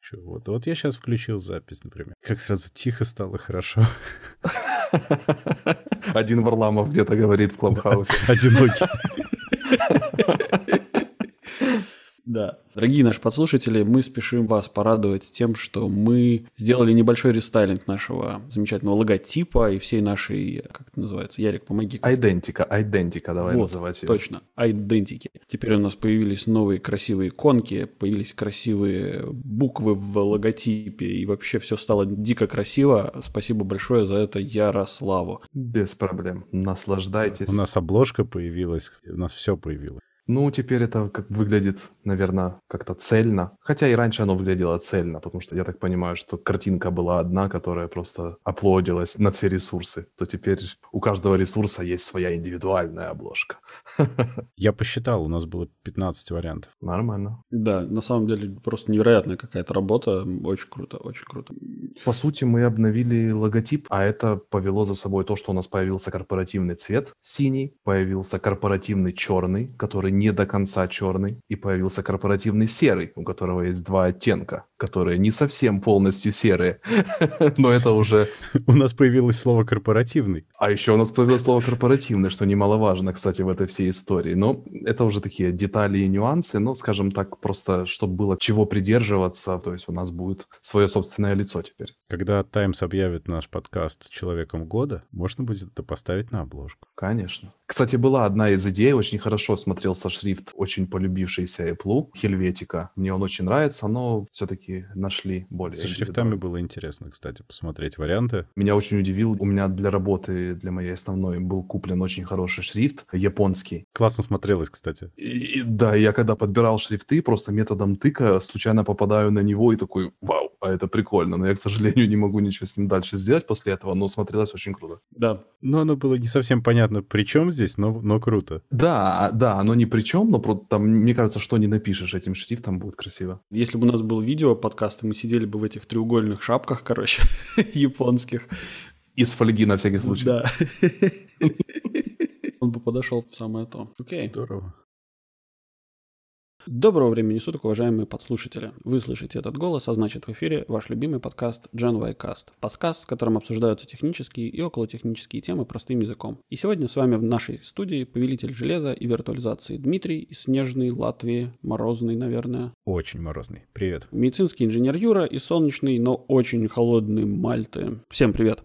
Вот я сейчас включил запись, например. Как сразу тихо стало, хорошо. Один Варламов где-то говорит в Клабхаусе. Одинокий. Да. Дорогие наши подслушатели, мы спешим вас порадовать тем, что мы сделали небольшой рестайлинг нашего замечательного логотипа и всей нашей, как это называется, Ярик, помоги. Идентика, давай вот, называть ее. Точно, идентики. Теперь у нас появились новые красивые иконки, появились красивые буквы в логотипе, и вообще все стало дико красиво. Спасибо большое за это Ярославу. Без проблем. Наслаждайтесь. У нас обложка появилась, у нас все появилось. Ну, теперь это как выглядит, наверное, как-то цельно. Хотя и раньше оно выглядело цельно, потому что я так понимаю, что картинка была одна, которая просто аплодилась на все ресурсы. То теперь у каждого ресурса есть своя индивидуальная обложка. Я посчитал, у нас было 15 вариантов. Нормально. Да, на самом деле просто невероятная какая-то работа. Очень круто, очень круто. По сути, мы обновили логотип, а это повело за собой то, что у нас появился корпоративный цвет синий, появился корпоративный черный, который не до конца черный, и появился корпоративный серый, у которого есть два оттенка, которые не совсем полностью серые, но это уже... У нас появилось слово «корпоративный». А еще у нас появилось слово «корпоративный», что немаловажно, кстати, в этой всей истории. Но это уже такие детали и нюансы, но, скажем так, просто, чтобы было чего придерживаться, то есть у нас будет свое собственное лицо теперь. Когда Times объявит наш подкаст «Человеком года», можно будет это поставить на обложку. Конечно. Кстати, была одна из идей, очень хорошо смотрелся шрифт, очень полюбившийся Apple, Helvetica. Мне он очень нравится, но все-таки нашли более... Со шрифтами было интересно, кстати, посмотреть варианты. Меня очень удивил, у меня для работы, для моей основной, был куплен очень хороший шрифт, японский. Классно смотрелось, кстати. Да, я когда подбирал шрифты, просто методом тыка случайно попадаю на него и такой, вау, а это прикольно. Но я, к сожалению, не могу ничего с ним дальше сделать после этого, но смотрелось очень круто. Да. Но оно было не совсем понятно, при чем здесь, но круто. Да, оно ни при чем, но там, мне кажется, что не напишешь этим шрифтом, будет красиво. Если бы у нас был видео подкаст, мы сидели бы в этих треугольных шапках, короче, японских. Из фольги на всякий случай. Да. Он бы подошел в самое то. Окей. Здорово. Доброго времени суток, уважаемые подслушатели. Вы слышите этот голос, а значит в эфире ваш любимый подкаст Gen Y Cast. Подкаст, в котором обсуждаются технические и околотехнические темы простым языком. И сегодня с вами в нашей студии повелитель железа и виртуализации Дмитрий из снежной Латвии, морозный, наверное. Очень морозный. Привет. Медицинский инженер Юра и солнечный, но очень холодный Мальты. Всем привет.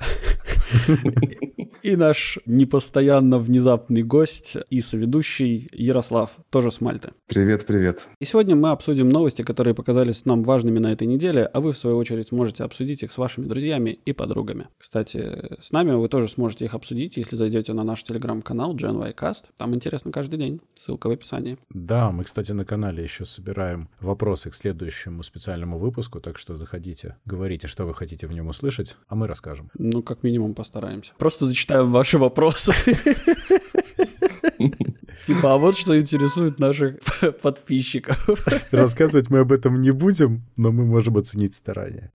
И наш непостоянно внезапный гость и соведущий Ярослав, тоже с Мальты. Привет, привет. И сегодня мы обсудим новости, которые показались нам важными на этой неделе, а вы, в свою очередь, сможете обсудить их с вашими друзьями и подругами. Кстати, с нами вы тоже сможете их обсудить, если зайдете на наш телеграм-канал Gen Y Cast. Там интересно каждый день. Ссылка в описании. Да, мы, кстати, на канале еще собираем вопросы к следующему специальному выпуску, так что заходите, говорите, что вы хотите в нем услышать, а мы расскажем. Ну, как минимум, постараемся. Просто зачитаем ваши вопросы. Типа, а вот что интересует наших подписчиков. Рассказывать мы об этом не будем, но мы можем оценить старания.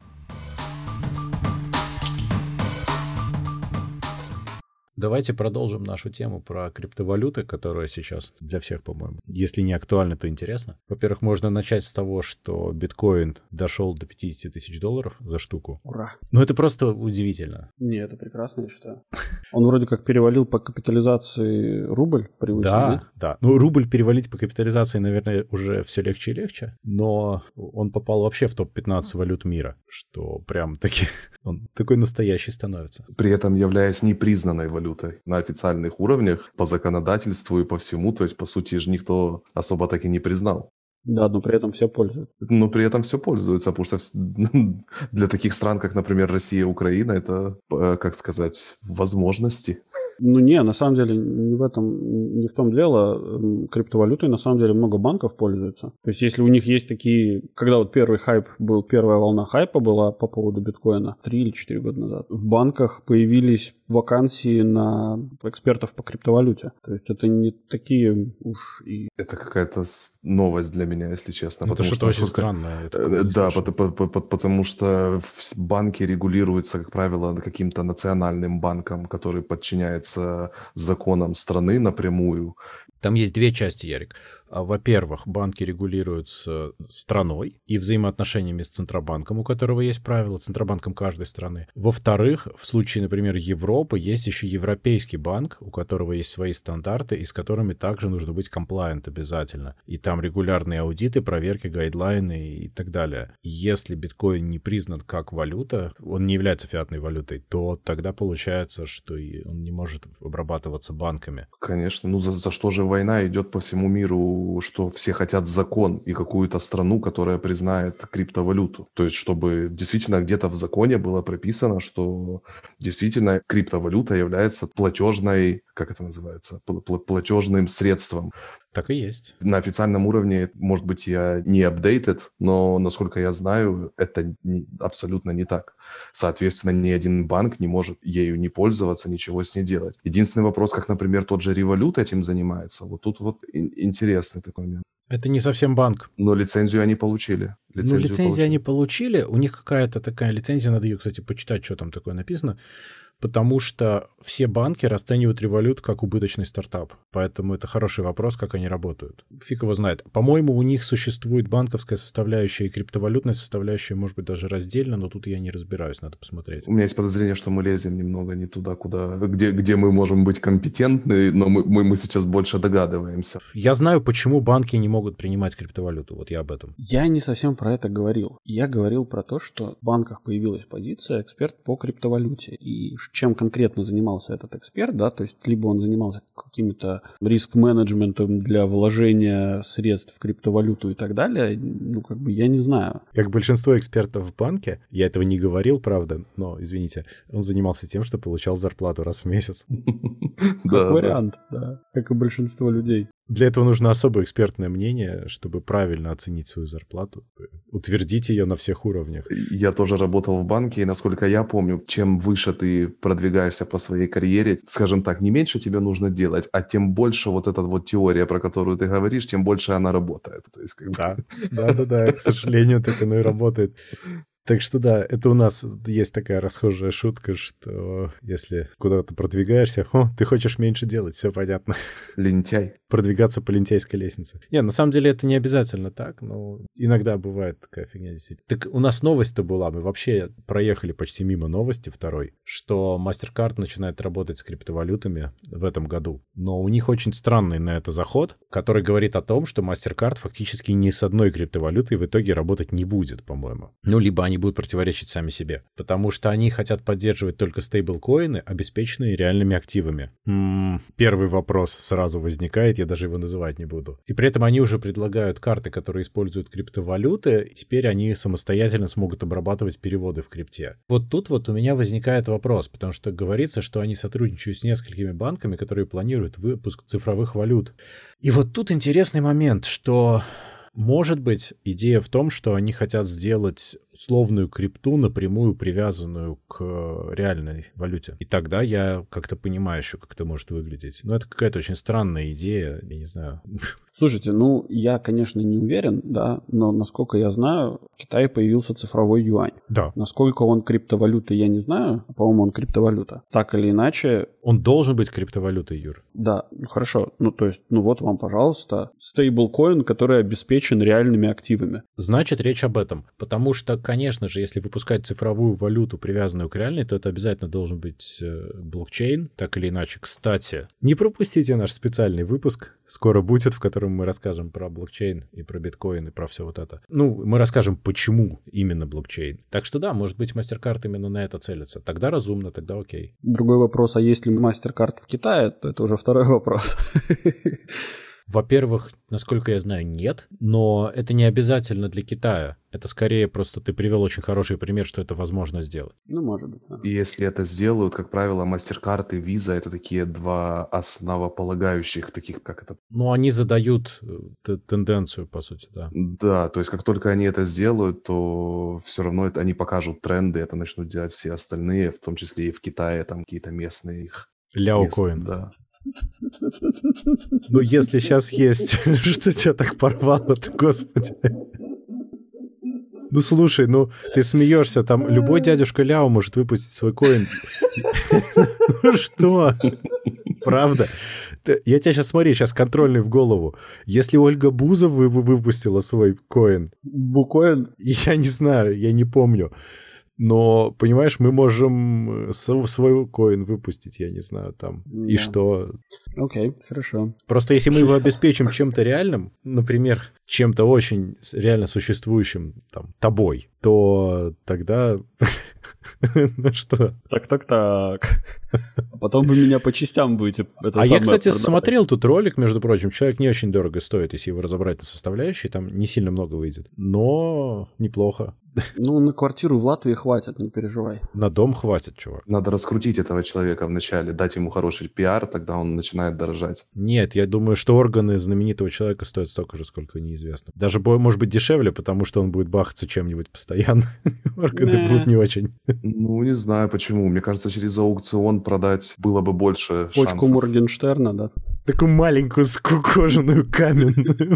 Давайте продолжим нашу тему про криптовалюты, которая сейчас для всех, по-моему, если не актуальна, то интересно. Во-первых, можно начать с того, что биткоин дошел до $50 тысяч за штуку. Ура. Ну, это просто удивительно. Не, это прекрасно, я считаю. Он вроде как перевалил по капитализации рубль привычный. Да. Ну, рубль перевалить по капитализации, наверное, уже все легче и легче, но он попал вообще в топ-15 валют мира, что прям таки он такой настоящий становится. При этом являясь непризнанной валютой на официальных уровнях, по законодательству и по всему, то есть, по сути, же никто особо так и не признал. Да, но при этом все пользуются. Но при этом все пользуются, потому что для таких стран, как, например, Россия и Украина, это, как сказать, возможности. Ну не, на самом деле не в том дело. Криптовалютой на самом деле много банков пользуются. То есть если у них есть такие... Когда вот первый хайп был, первая волна хайпа была по поводу биткоина 3 или 4 года назад, в банках появились вакансии на экспертов по криптовалюте. То есть это не такие уж и... Это какая-то новость для меня, если честно. Это что-то очень странное. Да, потому что банки регулируются, как правило, каким-то национальным банком, который подчиняется законам страны напрямую. Там есть две части, Ярик. Во-первых, банки регулируются страной и взаимоотношениями с Центробанком, у которого есть правила, Центробанком каждой страны. Во-вторых, в случае, например, Европы, есть еще Европейский банк, у которого есть свои стандарты, и с которыми также нужно быть compliant обязательно. И там регулярные аудиты, проверки, гайдлайны и так далее. Если биткоин не признан как валюта, он не является фиатной валютой, то тогда получается, что и он не может обрабатываться банками. Конечно. Ну, за что же война идет по всему миру, что все хотят закон и какую-то страну, которая признает криптовалюту. То есть, чтобы действительно где-то в законе было прописано, что действительно криптовалюта является платежной, как это называется, платежным средством. Так и есть. На официальном уровне, может быть, я не updated, но, насколько я знаю, это абсолютно не так. Соответственно, ни один банк не может ею не пользоваться, ничего с ней делать. Единственный вопрос, как, например, тот же Revolut этим занимается. Вот тут вот интересный такой момент. Это не совсем банк. Но лицензию они получили. Лицензию они получили. У них какая-то такая лицензия, надо ее, кстати, почитать, что там такое написано. Потому что все банки расценивают Revolut как убыточный стартап. Поэтому это хороший вопрос, как они работают. Фиг его знает. По-моему, у них существует банковская составляющая и криптовалютная составляющая, может быть, даже раздельно, но тут я не разбираюсь, надо посмотреть. У меня есть подозрение, что мы лезем немного не туда, где мы можем быть компетентны, но мы сейчас больше догадываемся. Я знаю, почему банки не могут принимать криптовалюту. Вот я об этом. Я не совсем про это говорил. Я говорил про то, что в банках появилась позиция эксперт по криптовалюте. И чем конкретно занимался этот эксперт, да, то есть либо он занимался каким-то риск-менеджментом для вложения средств в криптовалюту и так далее, ну, как бы я не знаю. Как большинство экспертов в банке, я этого не говорил, правда, но, извините, он занимался тем, что получал зарплату раз в месяц. Как вариант, да, как и большинство людей. Для этого нужно особое экспертное мнение, чтобы правильно оценить свою зарплату, утвердить ее на всех уровнях. Я тоже работал в банке, и, насколько я помню, чем выше ты продвигаешься по своей карьере, скажем так, не меньше тебе нужно делать, а тем больше вот эта вот теория, про которую ты говоришь, тем больше она работает. То есть, Да, к сожалению, так оно и работает. Так что да, это у нас есть такая расхожая шутка, что если куда-то продвигаешься, ты хочешь меньше делать, все понятно. Лентяй. Продвигаться по лентяйской лестнице. Не, на самом деле это не обязательно так, но иногда бывает такая фигня действительно. Так у нас новость-то была, мы вообще проехали почти мимо новости второй, что MasterCard начинает работать с криптовалютами в этом году. Но у них очень странный на это заход, который говорит о том, что MasterCard фактически ни с одной криптовалютой в итоге работать не будет, по-моему. Ну, либо они будут противоречить сами себе. Потому что они хотят поддерживать только стейблкоины, обеспеченные реальными активами. Первый вопрос сразу возникает, я даже его называть не буду. И при этом они уже предлагают карты, которые используют криптовалюты, и теперь они самостоятельно смогут обрабатывать переводы в крипте. Вот тут вот у меня возникает вопрос, потому что говорится, что они сотрудничают с несколькими банками, которые планируют выпуск цифровых валют. И вот тут интересный момент, что... Может быть, идея в том, что они хотят сделать условную крипту напрямую привязанную к реальной валюте. И тогда я как-то понимаю еще, как это может выглядеть. Но это какая-то очень странная идея, я не знаю. Слушайте, ну, я, конечно, не уверен, да, но, насколько я знаю, в Китае появился цифровой юань. Да. Насколько он криптовалюта, я не знаю. По-моему, он криптовалюта. Так или иначе... Он должен быть криптовалютой, Юр. Да, хорошо. Ну, то есть, ну вот вам, пожалуйста, стейблкоин, который обеспечен реальными активами. Значит, речь об этом. Потому что, конечно же, если выпускать цифровую валюту, привязанную к реальной, то это обязательно должен быть блокчейн, так или иначе. Кстати, не пропустите наш специальный выпуск. Скоро будет, в котором мы расскажем про блокчейн и про биткоин и про все вот это. Ну, мы расскажем, почему именно блокчейн. Так что да, может быть, MasterCard именно на это целится. Тогда разумно, тогда окей. Другой вопрос, а есть ли MasterCard в Китае, то это уже второй вопрос. Во-первых, насколько я знаю, нет, но это не обязательно для Китая. Это скорее просто ты привел очень хороший пример, что это возможно сделать. Ну, может быть. Да. И если это сделают, как правило, MasterCard и Visa — это такие два основополагающих таких, как это... Ну, они задают тенденцию, по сути, да. Да, то есть как только они это сделают, то все равно они покажут тренды, это начнут делать все остальные, в том числе и в Китае, там какие-то местные их... Ляокоин. Да. Ну, если сейчас есть, что тебя так порвало-то, господи. Ну, слушай, ну, ты смеешься, там любой дядюшка Ляо может выпустить свой коин. Ну, что? Правда? Я тебя сейчас, смотри, сейчас контрольный в голову. Если Ольга Бузова выпустила свой коин... Букоин? Я не знаю, я не помню. Но, понимаешь, мы можем свой коин выпустить, я не знаю, там. Да. И что? Окей, хорошо. Просто если мы его обеспечим чем-то реальным, например, чем-то очень реально существующим, там, тобой, то тогда... Ну что? Так. А потом вы меня по частям будете... А я, кстати, смотрел тут ролик, между прочим. Человек не очень дорого стоит, если его разобрать на составляющие. Там не сильно много выйдет. Но неплохо. Ну, на квартиру в Латвии хватит, не переживай. На дом хватит, чувак. Надо раскрутить этого человека вначале, дать ему хороший пиар, тогда он начинает дорожать. Нет, я думаю, что органы знаменитого человека стоят столько же, сколько неизвестно. Даже, может быть, дешевле, потому что он будет бахаться чем-нибудь постоянно. Органы будут не очень. Ну, не знаю почему. Мне кажется, через аукцион продать было бы больше шансов. Почку Моргенштерна, да? Такую маленькую скукоженную каменную.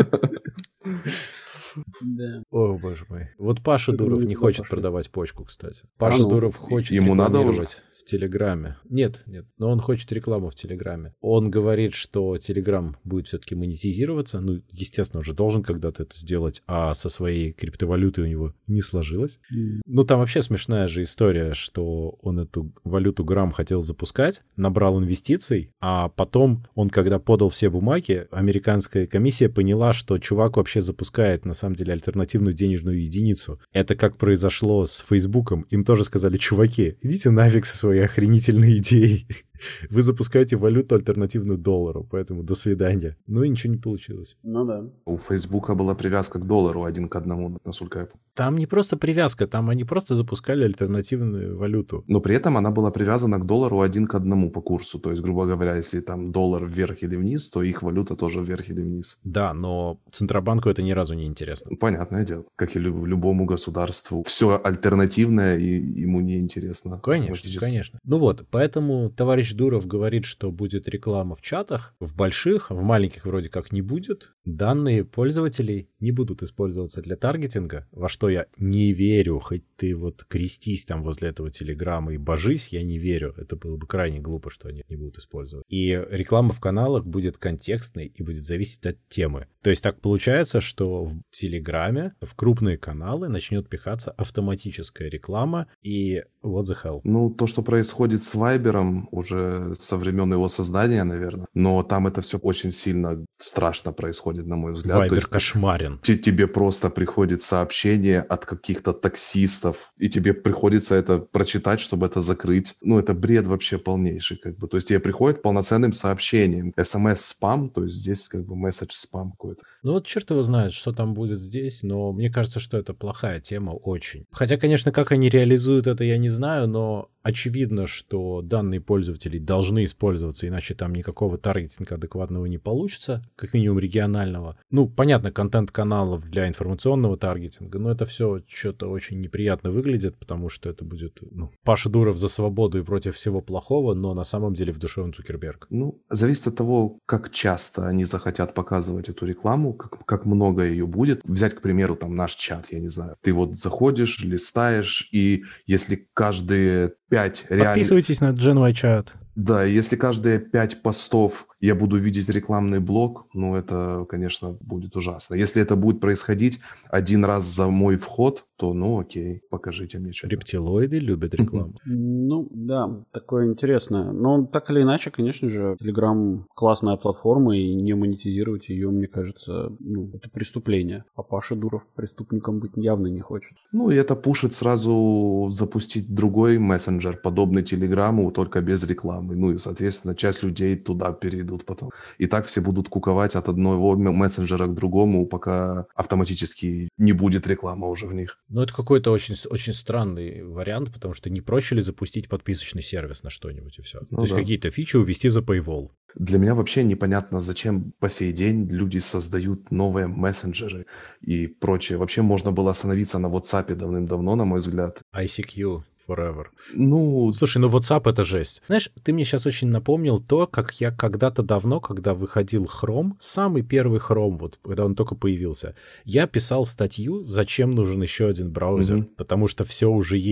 Да. О, боже мой. Вот Паша Дуров не хочет продавать почку, кстати. Паша Дуров хочет рекламировать в Телеграме. Нет, но он хочет рекламу в Телеграме. Он говорит, что Телеграм будет все-таки монетизироваться. Ну, естественно, он же должен когда-то это сделать, а со своей криптовалютой у него не сложилось. Ну, там вообще смешная же история, что он эту валюту Грамм хотел запускать, набрал инвестиций, а потом он, когда подал все бумаги, американская комиссия поняла, что чувак вообще запускает, на самом деле, альтернативную денежную единицу. Это как произошло с Фейсбуком. Им тоже сказали: чуваки, идите нафиг со своей охренительной идеей. Вы запускаете валюту альтернативную доллару, поэтому до свидания. Ну и ничего не получилось. Ну да. У Фейсбука была привязка к доллару 1 к 1, насколько я помню. Там не просто привязка, там они просто запускали альтернативную валюту. Но при этом она была привязана к доллару 1 к 1 по курсу. То есть, грубо говоря, если там доллар вверх или вниз, то их валюта тоже вверх или вниз. Да, но Центробанку это ни разу не интересно. Понятное дело. Как и любому государству. Все альтернативное и ему не интересно. Конечно. Ну вот, поэтому товарищ Дуров говорит, что будет реклама в чатах. В больших, в маленьких вроде как не будет. Данные пользователей не будут использоваться для таргетинга, во что я не верю. Хоть ты вот крестись там возле этого Телеграма и божись, я не верю. Это было бы крайне глупо, что они не будут использовать. И реклама в каналах будет контекстной и будет зависеть от темы. То есть так получается, что в Телеграме в крупные каналы начнет пихаться автоматическая реклама, и what the hell. Ну, то, что происходит с Вайбером уже со времен его создания, наверное, но там это все очень сильно страшно происходит, на мой взгляд. Вайбер кошмарен. Тебе просто приходит сообщение от каких-то таксистов, и тебе приходится это прочитать, чтобы это закрыть. Ну, это бред вообще полнейший, как бы. То есть тебе приходит полноценным сообщением. СМС-спам, то есть здесь как бы месседж-спам какой-то. Ну вот черт его знает, что там будет здесь, но мне кажется, что это плохая тема очень. Хотя, конечно, как они реализуют это, я не знаю, но очевидно, что данные пользователей должны использоваться, иначе там никакого таргетинга адекватного не получится, как минимум регионального. Ну, понятно, контент каналов для информационного таргетинга, но это все что-то очень неприятно выглядит, потому что это будет Паша Дуров за свободу и против всего плохого, но на самом деле в душе он Цукерберг. Ну, зависит от того, как часто они захотят показывать эту рекламу, как много ее будет. Взять, к примеру, там наш чат, я не знаю. Ты вот заходишь, листаешь, и если каждые 5 реально... Подписывайтесь на GenY чат. Да, если каждые 5 постов я буду видеть рекламный блок, ну, это, конечно, будет ужасно. Если это будет происходить один раз за мой вход, то, ну, окей, покажите мне что-то. Рептилоиды любят рекламу. Ну, да, такое интересное. Но так или иначе, конечно же, Telegram классная платформа, и не монетизировать ее, мне кажется, это преступление. А Паша Дуров преступником быть явно не хочет. Ну, и это пушит сразу запустить другой мессенджер, подобный Телеграму, только без рекламы. Ну, и, соответственно, часть людей туда перейдут потом. И так все будут куковать от одного мессенджера к другому, пока автоматически не будет рекламы уже в них. Ну, это какой-то очень, очень странный вариант, потому что не проще ли запустить подписочный сервис на что-нибудь и все. Ну, то есть какие-то фичи увести за paywall. Для меня вообще непонятно, зачем по сей день люди создают новые мессенджеры и прочее. Вообще можно было остановиться на WhatsApp давным-давно, на мой взгляд. ICQ. Forever. Ну... Слушай, WhatsApp — это жесть. Знаешь, ты мне сейчас очень напомнил то, как я когда-то давно, когда выходил Chrome, самый первый Chrome, вот когда он только появился, я писал статью, зачем нужен еще один браузер, потому что все уже есть.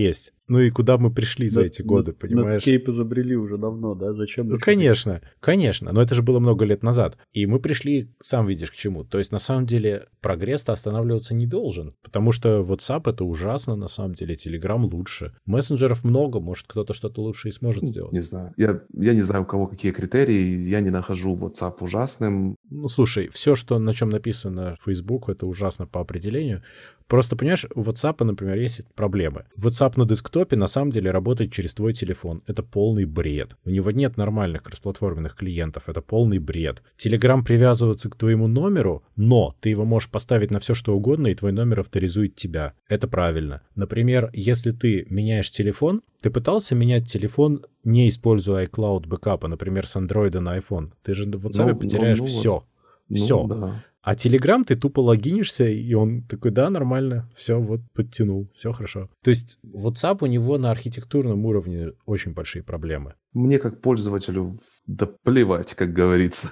Ну и куда мы пришли за эти годы, понимаешь? Netscape изобрели уже давно, да? Зачем? Ну, конечно, но это же было много лет назад. И мы пришли, сам видишь, к чему. То есть, на самом деле, прогресс-то останавливаться не должен, потому что WhatsApp — это ужасно, на самом деле, Telegram лучше. Мессенджеров много, может, кто-то что-то лучше и сможет сделать. Не знаю. Я не знаю, у кого какие критерии, я не нахожу WhatsApp ужасным. Ну, слушай, все, что на чем написано Facebook, это ужасно по определению. Просто, понимаешь, у WhatsApp, например, есть проблемы. WhatsApp на десктопе на самом деле работает через твой телефон. Это полный бред. У него нет нормальных кроссплатформенных клиентов. Это полный бред. Telegram привязывается к твоему номеру, но ты его можешь поставить на все, что угодно, и твой номер авторизует тебя. Это правильно. Например, если ты меняешь телефон, ты пытался менять телефон, не используя iCloud бэкапа, например, с Android на iPhone. Ты же в WhatsApp потеряешь все. Вот. Все. Да. А Telegram ты тупо логинишься, и он такой, да, нормально, все, вот подтянул, все хорошо. То есть WhatsApp у него на архитектурном уровне очень большие проблемы. Мне как пользователю да плевать, как говорится.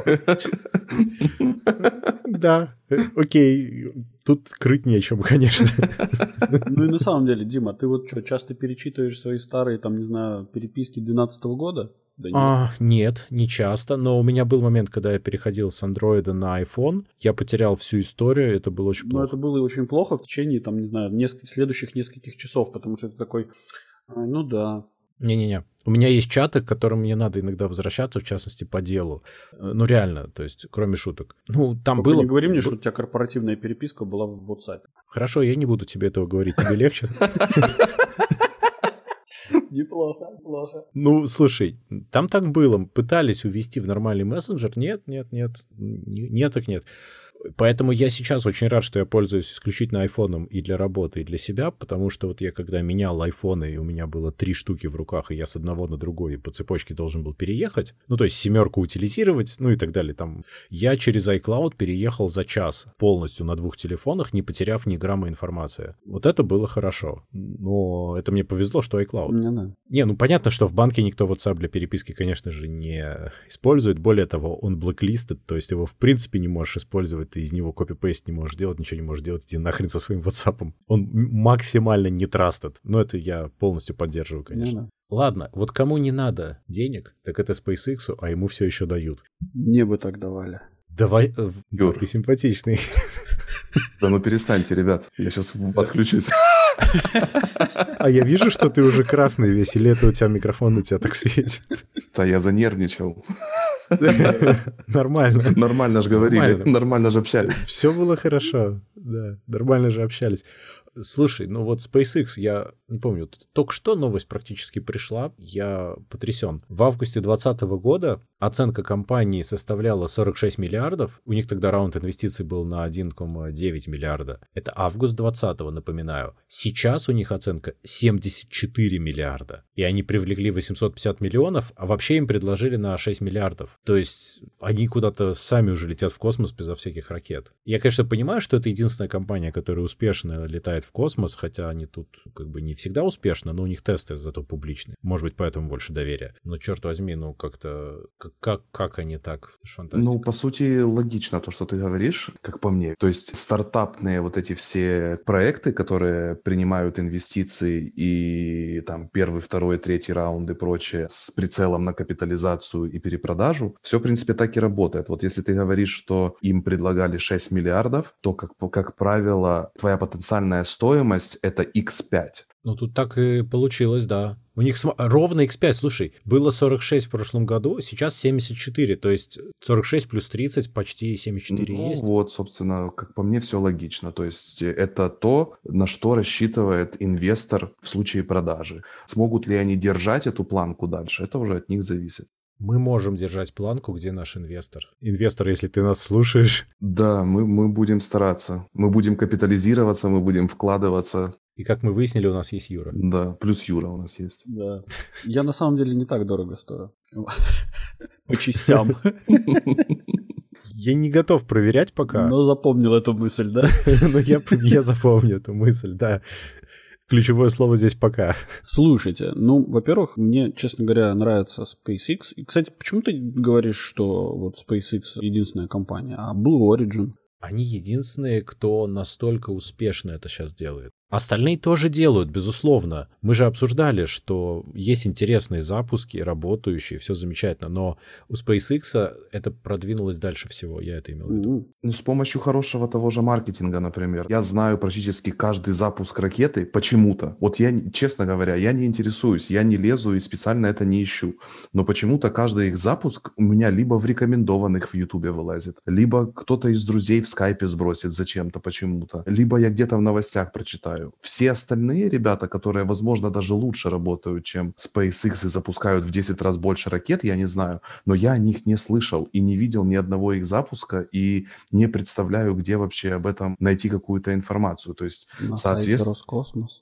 Да, окей, тут крыть нечем, конечно. Ну и на самом деле, Дима, ты вот что, часто перечитываешь свои старые, там, не знаю, переписки 2012 года? Да нет, не часто, но у меня был момент, когда я переходил с Android на iPhone, я потерял всю историю, это было очень плохо. Ну, это было очень плохо в течение, там, не знаю, следующих нескольких часов, потому что это такой, ну да. Не-не-не, у меня есть чаты, к которым мне надо иногда возвращаться, в частности, по делу. Ну, реально, то есть, кроме шуток. Ну, там только было... не говори мне, что у тебя корпоративная переписка была в WhatsApp. Хорошо, я не буду тебе этого говорить, тебе легче? Неплохо, плохо. Ну, слушай, там так было. Пытались увести в нормальный мессенджер. Нет. Нет, так нет. Поэтому я сейчас очень рад, что я пользуюсь исключительно айфоном и для работы, и для себя, потому что вот я когда менял айфоны, и у меня было 3 штуки в руках, и я с одного на другой по цепочке должен был переехать, ну, то есть 7 утилизировать, ну и так далее, там, я через iCloud переехал за час полностью на 2 телефонах, не потеряв ни грамма информации. Вот это было хорошо. Но это мне повезло, что iCloud. Не, ну, понятно, что в банке никто WhatsApp для переписки, конечно же, не использует. Более того, он блэклистед, то есть его в принципе не можешь использовать, ты из него копипейст не можешь делать, ничего не можешь делать, иди нахрен со своим WhatsApp. Он максимально не трастед. Но это я полностью поддерживаю, конечно. Ладно, вот кому не надо денег, так это SpaceX, а ему все еще дают. Мне бы так давали. Давай, ты симпатичный. Да ну перестаньте, ребят, я сейчас отключусь. А я вижу, что ты уже красный весь, или это у тебя микрофон на тебя так светит? Да я занервничал. Нормально. Нормально же говорили, нормально же общались. Все было хорошо, да, нормально же общались. Слушай, ну вот SpaceX, я не помню, только что новость практически пришла, я потрясен. В августе 2020 года оценка компании составляла 46 миллиардов, у них тогда раунд инвестиций был на 1,9 миллиарда. Это август 2020, напоминаю. Сейчас у них оценка 74 миллиарда, и они привлекли 850 миллионов, а вообще им предложили на 6 миллиардов. То есть они куда-то сами уже летят в космос безо всяких ракет. Я, конечно, понимаю, что это единственная компания, которая успешно летает в космос, хотя они тут как бы не всегда успешно, но у них тесты зато публичные. Может быть, поэтому больше доверия. Но, черт возьми, ну как-то... Как они так? Это ж фантастика. Ну, по сути, логично то, что ты говоришь, как по мне. То есть стартапные вот эти все проекты, которые принимают инвестиции и там первый, второй, третий раунд и прочее с прицелом на капитализацию и перепродажу, все, в принципе, так и работает. Вот если ты говоришь, что им предлагали 6 миллиардов, то, как правило, твоя потенциальная стоимость — это X5. Ну, тут так и получилось, да. У них ровно X5, слушай, было 46 в прошлом году, сейчас 74, то есть 46 плюс 30, почти 74 есть. Вот, собственно, как по мне, все логично. То есть это то, на что рассчитывает инвестор в случае продажи. Смогут ли они держать эту планку дальше, это уже от них зависит. Мы можем держать планку, где наш инвестор. Инвестор, если ты нас слушаешь. Да, мы будем стараться. Мы будем капитализироваться, мы будем вкладываться. И как мы выяснили, у нас есть Юра. Да, плюс Юра у нас есть. Да. Я на самом деле не так дорого стою. По частям. Я не готов проверять пока. Но запомнил эту мысль, да? Но я запомню эту мысль, да. Ключевое слово здесь «пока». Слушайте, ну, во-первых, мне, честно говоря, нравится SpaceX. И, кстати, почему ты говоришь, что вот SpaceX единственная компания, а Blue Origin? Они единственные, кто настолько успешно это сейчас делает. Остальные тоже делают, безусловно. Мы же обсуждали, что есть интересные запуски, работающие, все замечательно, но у SpaceX это продвинулось дальше всего, я это имел в виду. Ну, с помощью хорошего того же маркетинга, например. Я знаю практически каждый запуск ракеты почему-то. Вот я, честно говоря, я не интересуюсь, я не лезу и специально это не ищу. Но почему-то каждый их запуск у меня либо в рекомендованных в Ютубе вылазит, либо кто-то из друзей в скайпе сбросит зачем-то, почему-то, либо я где-то в новостях прочитаю. Все остальные ребята, которые, возможно, даже лучше работают, чем SpaceX и запускают в 10 раз больше ракет, я не знаю, но я о них не слышал и не видел ни одного их запуска и не представляю, где вообще об этом найти какую-то информацию. То есть, на сайте Роскосмос.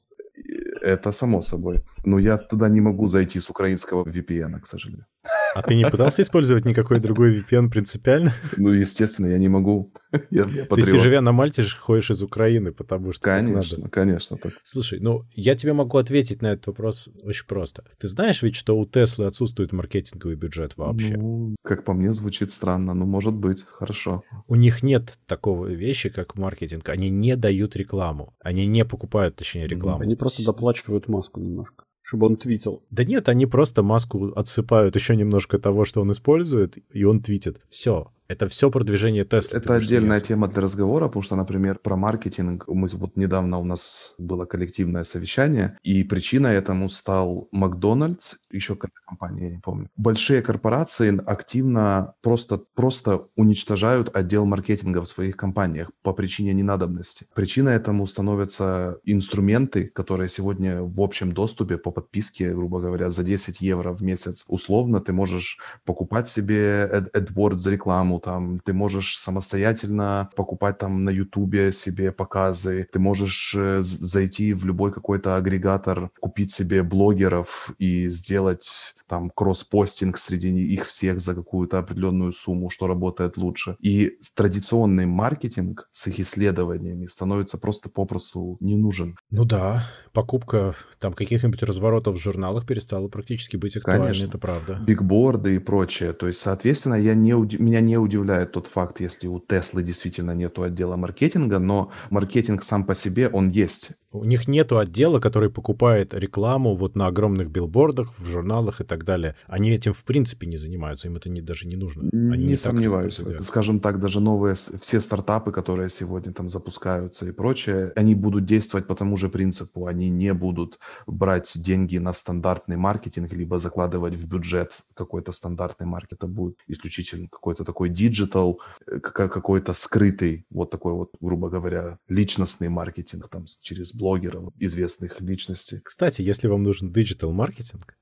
Это само собой. Но я туда не могу зайти с украинского VPN, к сожалению. А ты не пытался использовать никакой другой VPN принципиально? Ну, естественно, я не могу. Я То есть ты, живя на Мальте, ходишь из Украины, потому что конечно, так надо. Конечно. Так. Слушай, ну, я тебе могу ответить на этот вопрос очень просто. Ты знаешь ведь, что у Теслы отсутствует маркетинговый бюджет вообще? Ну, как по мне, звучит странно, но может быть, хорошо. У них нет такого вещи, как маркетинг. Они не дают рекламу. Они не покупают, точнее, рекламу. Они просто доплачивают Маску немножко, чтобы он твитил. Да нет, они просто Маску отсыпают еще немножко того, что он использует, и он твитит. Все. Это все продвижение Теслы. Это отдельная тема для разговора, потому что, например, про маркетинг. Вот недавно у нас было коллективное совещание, и причиной этому стал Макдональдс, еще какая-то компания, я не помню. Большие корпорации активно просто уничтожают отдел маркетинга в своих компаниях по причине ненадобности. Причиной этому становятся инструменты, которые сегодня в общем доступе по подписке, грубо говоря, за 10 евро в месяц. Условно ты можешь покупать себе AdWords за рекламу, там, ты можешь самостоятельно покупать там на Ютубе себе показы, ты можешь зайти в любой какой-то агрегатор, купить себе блогеров и сделать там кросс-постинг среди их всех за какую-то определенную сумму, что работает лучше. И традиционный маркетинг с их исследованиями становится просто попросту не нужен. Ну да, покупка там каких-нибудь разворотов в журналах перестала практически быть актуальной, Конечно. это правда. Бигборды и прочее. То есть, соответственно, меня не удивляет тот факт, если у Теслы действительно нету отдела маркетинга, но маркетинг сам по себе, он есть. У них нету отдела, который покупает рекламу вот на огромных билбордах, в журналах и так далее. Они этим в принципе не занимаются, им это даже не нужно. Они не сомневаюсь. Скажем так, даже новые все стартапы, которые сегодня там запускаются и прочее, они будут действовать по тому же принципу. Они не будут брать деньги на стандартный маркетинг, либо закладывать в бюджет какой-то стандартный маркет. Это будет исключительно какой-то такой диджитал, какой-то скрытый, вот такой вот, грубо говоря, личностный маркетинг там через блогеров, известных личностей. Кстати, если вам нужен диджитал-маркетинг,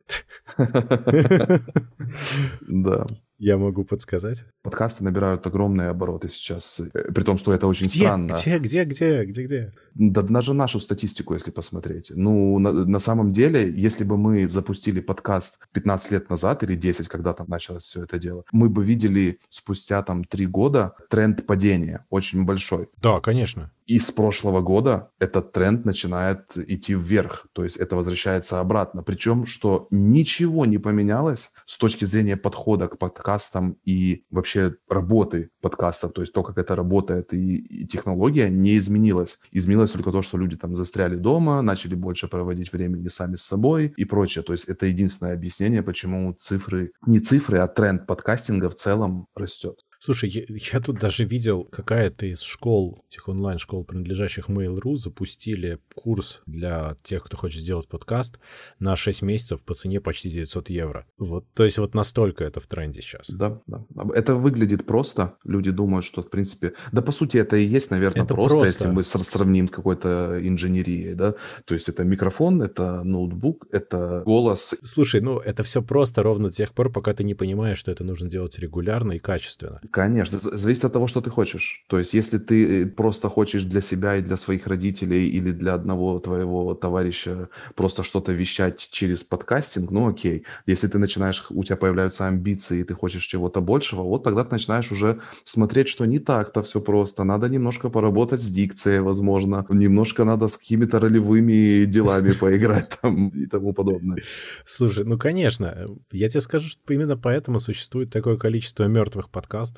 да. Я могу подсказать. Подкасты набирают огромные обороты сейчас, при том, что это очень странно. Где? Да даже нашу статистику, если посмотреть. Ну, на самом деле, если бы мы запустили подкаст 15 лет назад или 10, когда там началось все это дело, мы бы видели спустя там 3 года тренд падения очень большой. Да, конечно. И с прошлого года этот тренд начинает идти вверх, то есть это возвращается обратно. Причем, что ничего не поменялось с точки зрения подхода к подкастам и вообще работы подкастов, то есть то, как это работает, и технология не изменилась. Изменилось только то, что люди там застряли дома, начали больше проводить времени сами с собой и прочее. То есть это единственное объяснение, почему не цифры, а тренд подкастинга в целом растет. Слушай, я тут даже видел, какая-то из школ, этих онлайн-школ, принадлежащих Mail.ru, запустили курс для тех, кто хочет сделать подкаст на 6 месяцев по цене почти 900 евро. Вот, то есть вот настолько это в тренде сейчас. Да. Это выглядит просто. Люди думают, что, в принципе... Да, по сути, это и есть, наверное, это просто, если мы сравним с какой-то инженерией, да. То есть это микрофон, это ноутбук, это голос. Слушай, ну это все просто ровно до тех пор, пока ты не понимаешь, что это нужно делать регулярно и качественно. Конечно, зависит от того, что ты хочешь. То есть, если ты просто хочешь для себя и для своих родителей или для одного твоего товарища просто что-то вещать через подкастинг, ну окей. Если ты начинаешь, у тебя появляются амбиции, и ты хочешь чего-то большего, вот тогда ты начинаешь уже смотреть, что не так-то все просто. Надо немножко поработать с дикцией, возможно. Немножко надо с какими-то ролевыми делами поиграть там и тому подобное. Слушай, ну конечно. Я тебе скажу, что именно поэтому существует такое количество мертвых подкастов.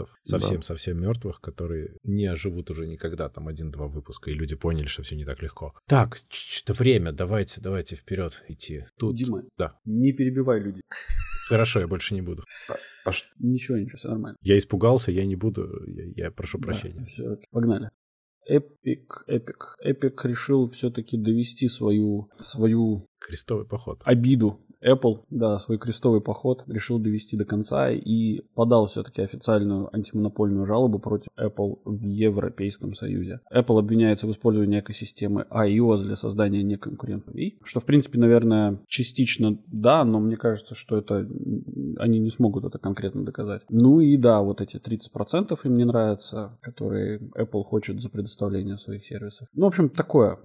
подкастов, совсем мертвых, которые не оживут уже никогда, там 1-2 выпуска, и люди поняли, что все не так легко. Так, что время, давайте вперед идти. Тут... Дима, да. не перебивай людей. Хорошо, я больше не буду. Ничего, все нормально. Я испугался, я не буду, я прошу прощения. Все, погнали. Epic решил все-таки довести свою крестовый поход. Обиду. Apple, да, свой крестовый поход решил довести до конца и подал все-таки официальную антимонопольную жалобу против Apple в Европейском Союзе. Apple обвиняется в использовании экосистемы iOS для создания неконкурентных API, что, в принципе, наверное, частично да, но мне кажется, что это они не смогут это конкретно доказать. Ну и да, вот эти 30% им не нравятся, которые Apple хочет за предоставление своих сервисов. Ну, в общем, такое.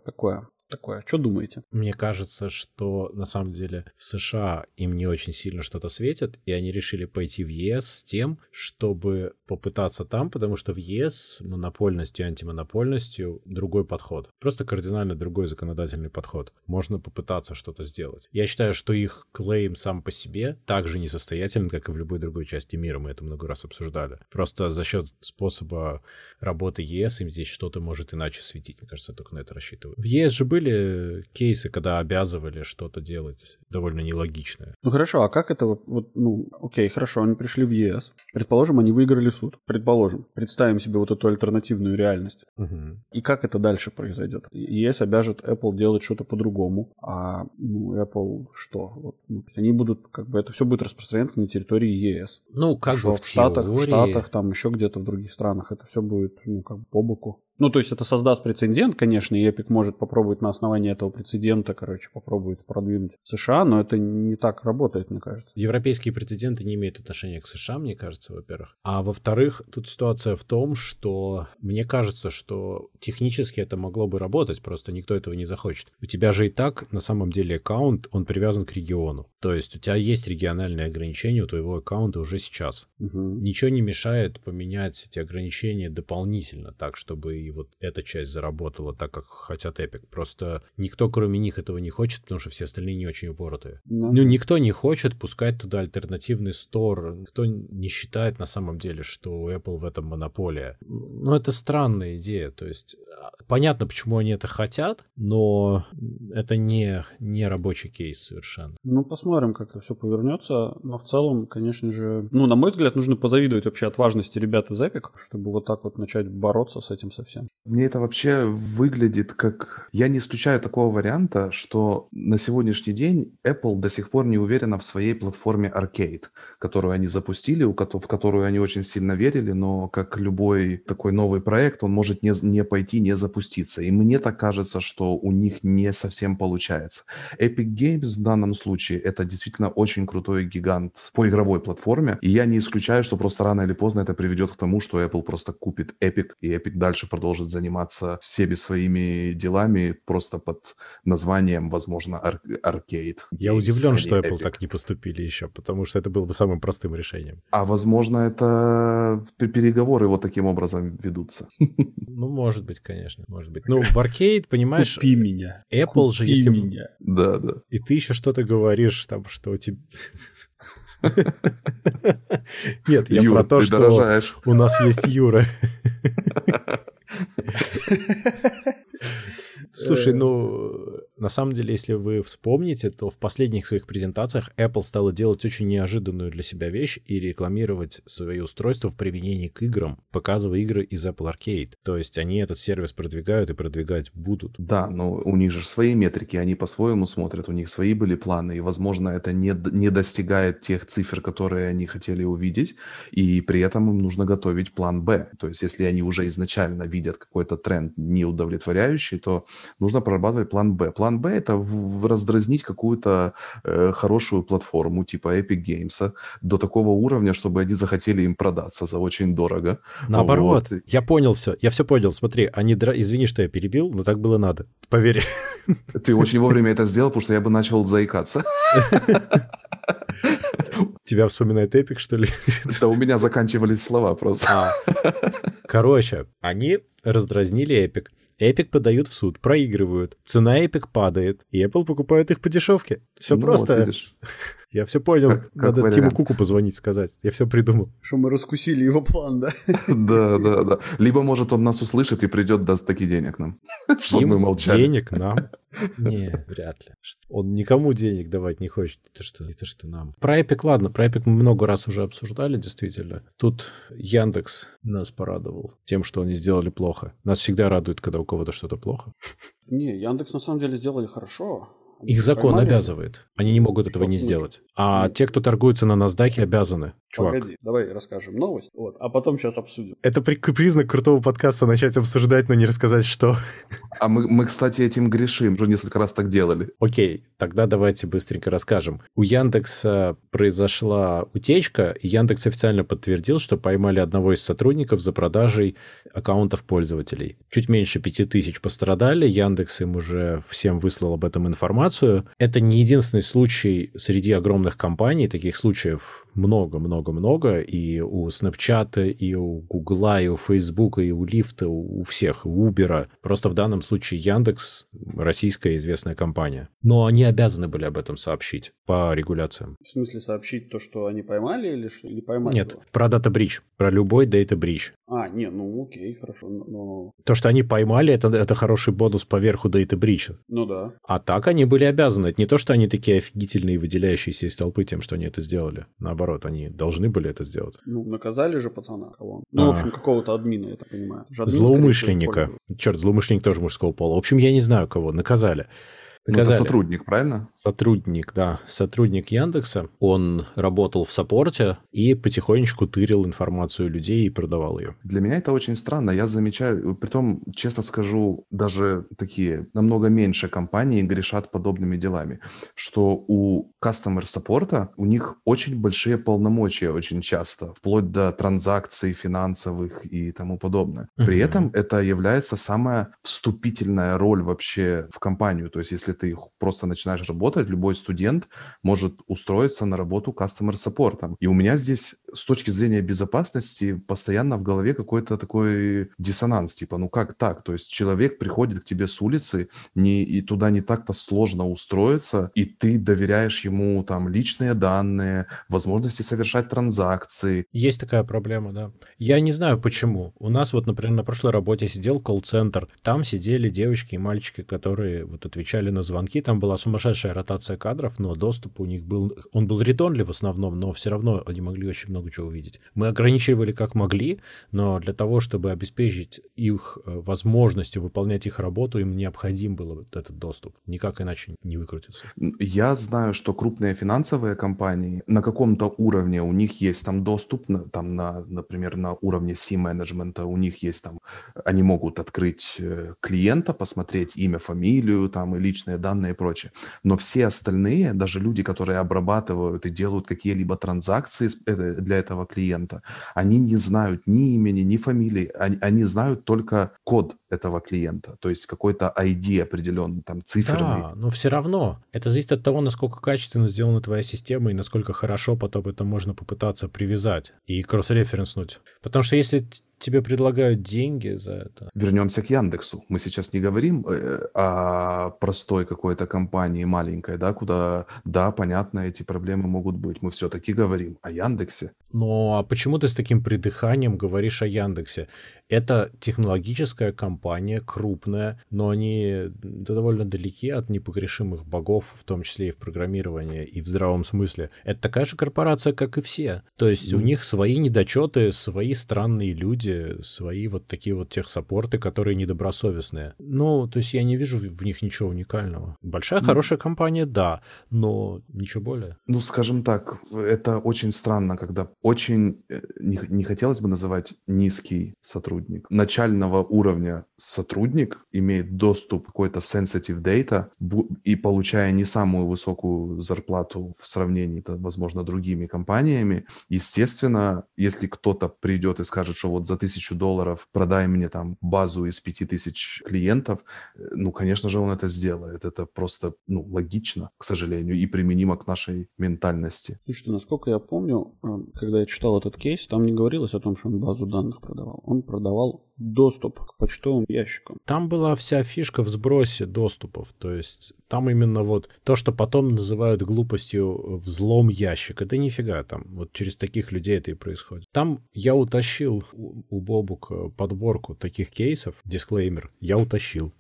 Что думаете? Мне кажется, что на самом деле в США им не очень сильно что-то светит, и они решили пойти в ЕС с тем, чтобы попытаться там, потому что в ЕС монопольностью и антимонопольностью другой подход. Просто кардинально другой законодательный подход. Можно попытаться что-то сделать. Я считаю, что их клейм сам по себе так же несостоятелен, как и в любой другой части мира. Мы это много раз обсуждали. Просто за счет способа работы ЕС им здесь что-то может иначе светить. Мне кажется, я только на это рассчитываю. В ЕС же были кейсы, когда обязывали что-то делать довольно нелогичное. Ну хорошо, а как это окей, хорошо, они пришли в ЕС. Предположим, они выиграли суд. Представим себе вот эту альтернативную реальность. Угу. И как это дальше произойдет? ЕС обяжет Apple делать что-то по-другому. А Apple что? Они будут, это все будет распространяться на территории ЕС. Ну, как бы в Штатах, там еще где-то в других странах это все будет, по боку. Ну, то есть это создаст прецедент, конечно, и Epic может попробовать на основании этого прецедента, попробует продвинуть в США, но это не так работает, мне кажется. Европейские прецеденты не имеют отношения к США, мне кажется, во-первых. А во-вторых, тут ситуация в том, что мне кажется, что технически это могло бы работать, просто никто этого не захочет. У тебя же и так, на самом деле, аккаунт, он привязан к региону. То есть у тебя есть региональные ограничения у твоего аккаунта уже сейчас. Угу. Ничего не мешает поменять эти ограничения дополнительно, так, чтобы и вот эта часть заработала так, как хотят Epic. Просто никто, кроме них, этого не хочет, потому что все остальные не очень упоротые. Никто не хочет пускать туда альтернативный стор. Никто не считает на самом деле, что у Apple в этом монополия. Это странная идея. То есть понятно, почему они это хотят, но это не рабочий кейс совершенно. Посмотрим, как это все повернется. Но в целом, конечно же, на мой взгляд, нужно позавидовать вообще отважности ребят из Epic, чтобы вот так вот начать бороться с этим совсем. Мне это вообще выглядит как... Я не исключаю такого варианта, что на сегодняшний день Apple до сих пор не уверена в своей платформе Arcade, которую они запустили, в которую они очень сильно верили, но как любой такой новый проект, он может не пойти, не запуститься. И мне так кажется, что у них не совсем получается. Epic Games в данном случае это действительно очень крутой гигант по игровой платформе, и я не исключаю, что просто рано или поздно это приведет к тому, что Apple просто купит Epic, и Epic дальше продолжит заниматься всеми своими делами просто под названием, возможно, Arcade. Я удивлен, что Apple так не поступили еще, потому что это было бы самым простым решением. А возможно, это переговоры вот таким образом ведутся. Может быть, конечно, может быть. В Arcade, понимаешь... Купи меня. Apple же, если... меня. Да. И ты еще что-то говоришь, там, что у тебя... Нет, я про то, что у нас есть Юра. Слушай, на самом деле, если вы вспомните, то в последних своих презентациях Apple стала делать очень неожиданную для себя вещь и рекламировать свои устройства в применении к играм, показывая игры из Apple Arcade. То есть они этот сервис продвигают и продвигать будут. Да, но у них же свои метрики, они по-своему смотрят, у них свои были планы, и, возможно, это не достигает тех цифр, которые они хотели увидеть, и при этом им нужно готовить план Б. То есть если они уже изначально видят какой-то тренд неудовлетворяющий, то нужно прорабатывать план Б. План Б — это раздразнить какую-то хорошую платформу типа Epic Games до такого уровня, чтобы они захотели им продаться за очень дорого. Наоборот, я понял все. Я все понял. Смотри, извини, что я перебил, но так было надо. Поверь. Ты очень вовремя это сделал, потому что я бы начал заикаться. Тебя вспоминает Epic, что ли? Да у меня заканчивались слова просто. Короче, они раздразнили Epic. Epic подают в суд, проигрывают, цена Epic падает, и Apple покупает их по дешевке. Все просто. Вот, Я все понял. как Надо вариант. Тиму Куку позвонить, сказать. Я все придумал. Что мы раскусили его план, да? Да. Либо, может, он нас услышит и придет, даст такие денег нам. Чтобы мы Тим, молчали. денег нам? Не, вряд ли. Он никому денег давать не хочет. Это что нам. Про Epic, ладно, про Epic мы много раз уже обсуждали, действительно. Тут Яндекс нас порадовал тем, что они сделали плохо. Нас всегда радует, когда у кого-то что-то плохо. Не, Яндекс на самом деле сделали хорошо. Они Их закон поймали. обязывает. Они не могут этого Что, в не смысле? сделать. А Нет. те, кто торгуется на NASDAQ, обязаны. Чувак. Погоди, давай расскажем новость, вот, а потом сейчас обсудим. Это признак крутого подкаста начать обсуждать, но не рассказать, что. А мы, кстати, этим грешим. Уже несколько раз так делали. Окей, тогда давайте быстренько расскажем. У Яндекса произошла утечка, и Яндекс официально подтвердил, что поймали одного из сотрудников за продажей аккаунтов пользователей. Чуть меньше 5000 пострадали, Яндекс им уже всем выслал об этом информацию. Это не единственный случай среди огромных компаний, таких случаев много-много-много, и у Snapchat, и у Гугла, и у Facebook, и у Lyft, у всех, у Uber. Просто в данном случае Яндекс — российская известная компания. Но они обязаны были об этом сообщить по регуляциям. В смысле сообщить то, что они поймали или что? Или поймать Нет, его? про Data Breach, про любой Data Breach. А, не, ну окей, хорошо. Ну, То, что они поймали, это хороший бонус поверху Data Breach. ну да. А так они были обязаны. Это не то, что они такие офигительные и выделяющиеся из толпы тем, что они это сделали. Наоборот, они должны были это сделать. Ну, наказали же пацана. Кого? Ну, в общем, какого-то админа, я так понимаю. Же админ, Злоумышленника. скорее всего, Черт, злоумышленник тоже мужского пола. В общем, я не знаю, кого. Наказали. Ну, это сотрудник, правильно? Сотрудник, да. Сотрудник Яндекса. Он работал в саппорте и потихонечку тырил информацию людей и продавал ее. Для меня это очень странно. Я замечаю, притом, честно скажу, даже такие намного меньше компании грешат подобными делами, что у customer support у них очень большие полномочия очень часто, вплоть до транзакций финансовых и тому подобное. При этом это является самая вступительная роль вообще в компанию. То есть, если ты просто начинаешь работать, любой студент может устроиться на работу customer support. И у меня здесь с точки зрения безопасности постоянно в голове какой-то такой диссонанс, типа, ну как так? То есть человек приходит к тебе с улицы, и туда не так-то сложно устроиться, и ты доверяешь ему там личные данные, возможности совершать транзакции. Есть такая проблема, да. Я не знаю, почему. У нас вот, например, на прошлой работе сидел колл-центр, там сидели девочки и мальчики, которые вот отвечали на звонки, там была сумасшедшая ротация кадров, но доступ у них был, он был read-only в основном, но все равно они могли очень много чего увидеть. Мы ограничивали как могли, но для того, чтобы обеспечить их возможностью выполнять их работу, им необходим был вот этот доступ. Никак иначе не выкрутиться. Я знаю, что крупные финансовые компании на каком-то уровне у них есть там доступ, например, на уровне C-менеджмента у них есть там, они могут открыть клиента, посмотреть имя, фамилию там и личные данные и прочее. Но все остальные, даже люди, которые обрабатывают и делают какие-либо транзакции для этого клиента, они не знают ни имени, ни фамилии, они знают только код этого клиента, то есть какой-то ID определенный, там циферный. Да, но все равно. Это зависит от того, насколько качественно сделана твоя система и насколько хорошо потом это можно попытаться привязать и кросс-референснуть. Потому что если тебе предлагают деньги за это... Вернемся к Яндексу. Мы сейчас не говорим о простой какой-то компании маленькой, да, куда, да, понятно, эти проблемы могут быть. Мы все-таки говорим о Яндексе. Ну, а почему ты с таким придыханием говоришь о Яндексе? Это технологическая компания, крупная, но они довольно далеки от непогрешимых богов, в том числе и в программировании, и в здравом смысле. Это такая же корпорация, как и все. То есть у них свои недочеты, свои странные люди, свои вот такие вот техсаппорты, которые недобросовестные. Ну, то есть я не вижу в них ничего уникального. Большая, хорошая компания, да, но ничего более. Ну, скажем так, это очень странно, когда очень, не хотелось бы называть низкий сотрудник. Начального уровня сотрудник имеет доступ к какой-то sensitive data и получая не самую высокую зарплату в сравнении, возможно, другими компаниями. Естественно, если кто-то придет и скажет, что вот за $1000 продай мне там базу из 5000 клиентов, ну, конечно же, он это сделает. Это просто, ну, логично, к сожалению, и применимо к нашей ментальности. Слушайте, насколько я помню, когда я читал этот кейс, там не говорилось о том, что он базу данных продавал. Он продавал доступ к почтовым ящикам. Там была вся фишка в сбросе доступов. То есть там именно вот то, что потом называют глупостью взлом ящик. Это нифига там. Вот через таких людей это и происходит. Там я утащил у Бобука подборку таких кейсов. Дисклеймер. Я утащил.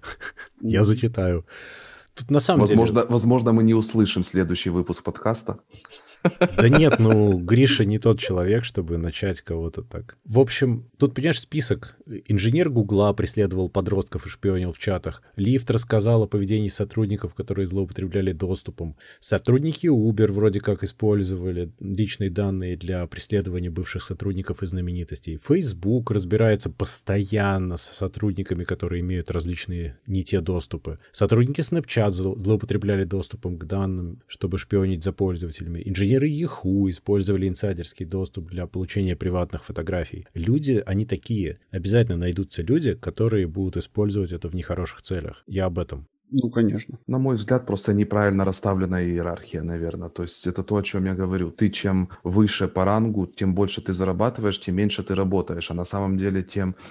Я зачитаю. Тут на самом деле... Возможно, мы не услышим следующий выпуск подкаста. Да нет, Гриша не тот человек, чтобы начать кого-то так. В общем, тут, понимаешь, список. Инженер Гугла преследовал подростков и шпионил в чатах. Лифт рассказал о поведении сотрудников, которые злоупотребляли доступом. Сотрудники Uber вроде как использовали личные данные для преследования бывших сотрудников и знаменитостей. Facebook разбирается постоянно с сотрудниками, которые имеют различные не те доступы. Сотрудники Snapchat злоупотребляли доступом к данным, чтобы шпионить за пользователями. Инженеры Yahoo использовали инсайдерский доступ для получения приватных фотографий. Люди, они такие. Обязательно найдутся люди, которые будут использовать это в нехороших целях. Я об этом. Ну, конечно. На мой взгляд, просто неправильно расставлена иерархия, наверное. То есть это то, о чем я говорю. Ты чем выше по рангу, тем больше ты зарабатываешь, тем меньше ты работаешь. А на самом деле,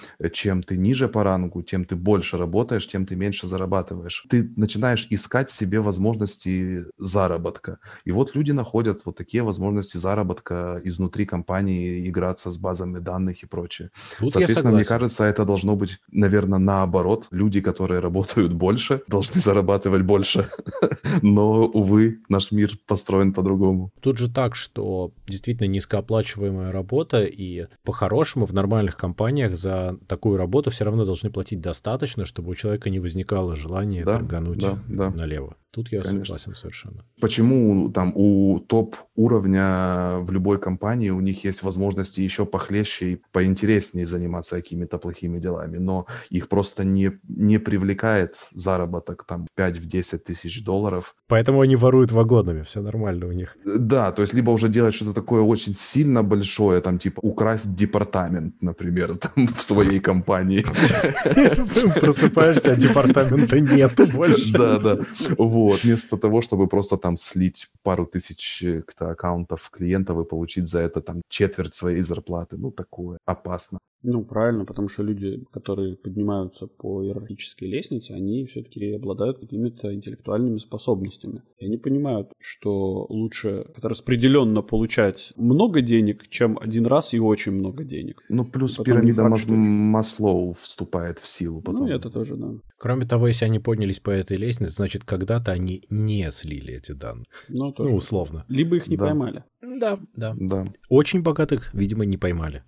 чем ты ниже по рангу, тем ты больше работаешь, тем ты меньше зарабатываешь. Ты начинаешь искать себе возможности заработка. И вот люди находят вот такие возможности заработка изнутри компании, играться с базами данных и прочее. Тут соответственно, мне кажется, это должно быть, наверное, наоборот. Люди, которые работают больше, должны зарабатывать больше. Но, увы, наш мир построен по-другому. Тут же так, что действительно низкооплачиваемая работа, и по-хорошему в нормальных компаниях за такую работу все равно должны платить достаточно, чтобы у человека не возникало желания торгануть налево. Тут я согласен совершенно. Почему там у топ-уровня в любой компании у них есть возможности еще похлеще и поинтереснее заниматься какими-то плохими делами, но их просто не привлекает заработок там 5-10 тысяч долларов. Поэтому они воруют вагонами, все нормально у них. Да, то есть либо уже делать что-то такое очень сильно большое, там типа украсть департамент, например, там, в своей компании. Просыпаешься, а департамента нету больше. Да. Вот, вместо того, чтобы просто там слить пару тысяч аккаунтов клиентов и получить за это там четверть своей зарплаты. Ну, такое опасно. Ну, правильно, потому что люди, которые поднимаются по иерархической лестнице, они все-таки обладают какими-то интеллектуальными способностями. И они понимают, что лучше распределенно получать много денег, чем один раз и очень много денег. Ну, плюс пирамида Маслоу вступает в силу потом. Ну, это тоже, да. Кроме того, если они поднялись по этой лестнице, значит, когда-то они не слили эти данные. Ну, тоже условно. Либо их не поймали. Да. Очень богатых, видимо, не поймали.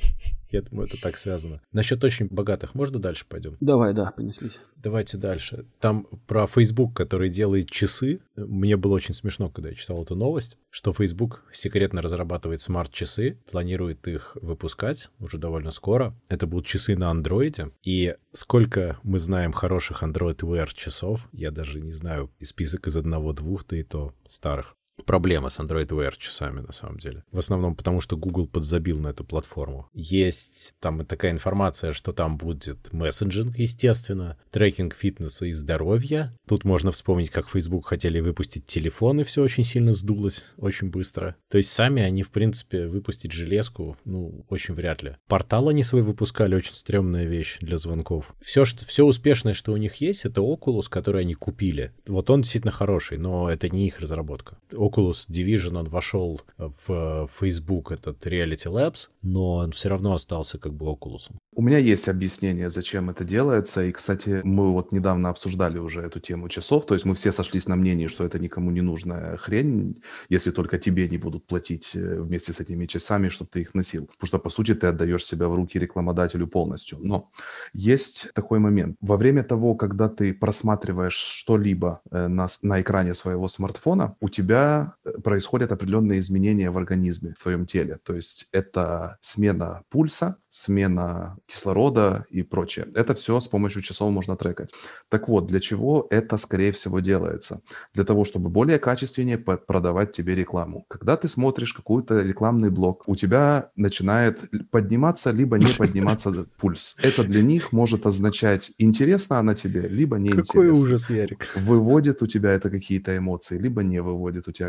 Я думаю, это так связано. Насчет очень богатых можно дальше пойдем? Давай, понеслись. Давайте дальше. Там про Facebook, который делает часы. Мне было очень смешно, когда я читал эту новость, что Facebook секретно разрабатывает смарт-часы, планирует их выпускать уже довольно скоро. Это будут часы на андроиде. И сколько мы знаем хороших Android Wear часов, я даже не знаю, список из 1-2, да и то старых. Проблема с Android Wear часами, на самом деле. В основном потому, что Google подзабил на эту платформу. Есть там такая информация, что там будет мессенджинг, естественно, трекинг фитнеса и здоровья. Тут можно вспомнить, как Facebook хотели выпустить телефон, и все очень сильно сдулось, очень быстро. То есть сами они, в принципе, выпустить железку, очень вряд ли. Портал они свой выпускали, очень стрёмная вещь для звонков. Все успешное, что у них есть, это Oculus, который они купили. Вот он действительно хороший, но это не их разработка. Oculus Division, он вошел в Facebook, этот Reality Labs, но он все равно остался как бы Oculus. У меня есть объяснение, зачем это делается. И, кстати, мы вот недавно обсуждали уже эту тему часов. То есть мы все сошлись на мнении, что это никому не нужная хрень, если только тебе не будут платить вместе с этими часами, чтобы ты их носил. Потому что, по сути, ты отдаешь себя в руки рекламодателю полностью. Но есть такой момент. Во время того, когда ты просматриваешь что-либо на экране своего смартфона, у тебя происходят определенные изменения в организме, в твоем теле. То есть это смена пульса, смена кислорода и прочее. Это все с помощью часов можно трекать. Так вот, для чего это, скорее всего, делается? Для того, чтобы более качественнее продавать тебе рекламу. Когда ты смотришь какой-то рекламный блок, у тебя начинает подниматься, либо не подниматься пульс. Это для них может означать, интересно она тебе, либо неинтересно. Какой ужас, Ярик. Выводит у тебя это какие-то эмоции, либо не выводит у тебя какие-то эмоции.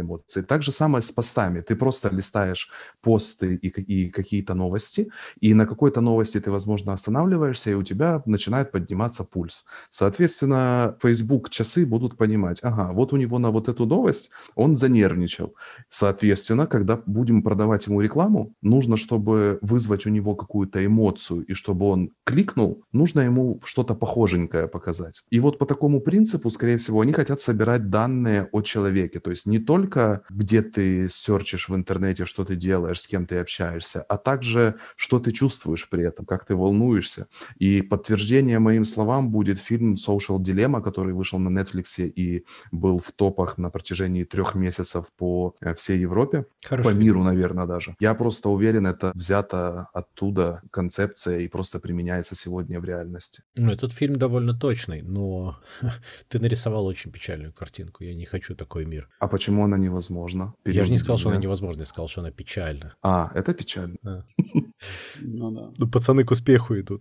эмоции. Так же самое с постами. Ты просто листаешь посты и какие-то новости, и на какой-то новости ты, возможно, останавливаешься, и у тебя начинает подниматься пульс. Соответственно, Facebook часы будут понимать, ага, вот у него на вот эту новость он занервничал. Соответственно, когда будем продавать ему рекламу, нужно, чтобы вызвать у него какую-то эмоцию, и чтобы он кликнул, нужно ему что-то похоженькое показать. И вот по такому принципу, скорее всего, они хотят собирать данные о человеке. То есть не только где ты серчишь в интернете, что ты делаешь, с кем ты общаешься, а также что ты чувствуешь при этом, как ты волнуешься. И подтверждение моим словам будет фильм Social Dilemma, который вышел на Netflix и был в топах на протяжении 3 месяцев по всей Европе, Хороший по фильм. миру, наверное, даже. Я просто уверен, это взято оттуда концепция и просто применяется сегодня в реальности. Ну, этот фильм довольно точный, но ты нарисовал очень печальную картинку. Я не хочу такой мир. А почему она невозможна? Я же не сказал, что она Переубеди меня. невозможна, я сказал, что она печальна. А, это печально. А. Ну да. Ну, пацаны к успеху идут.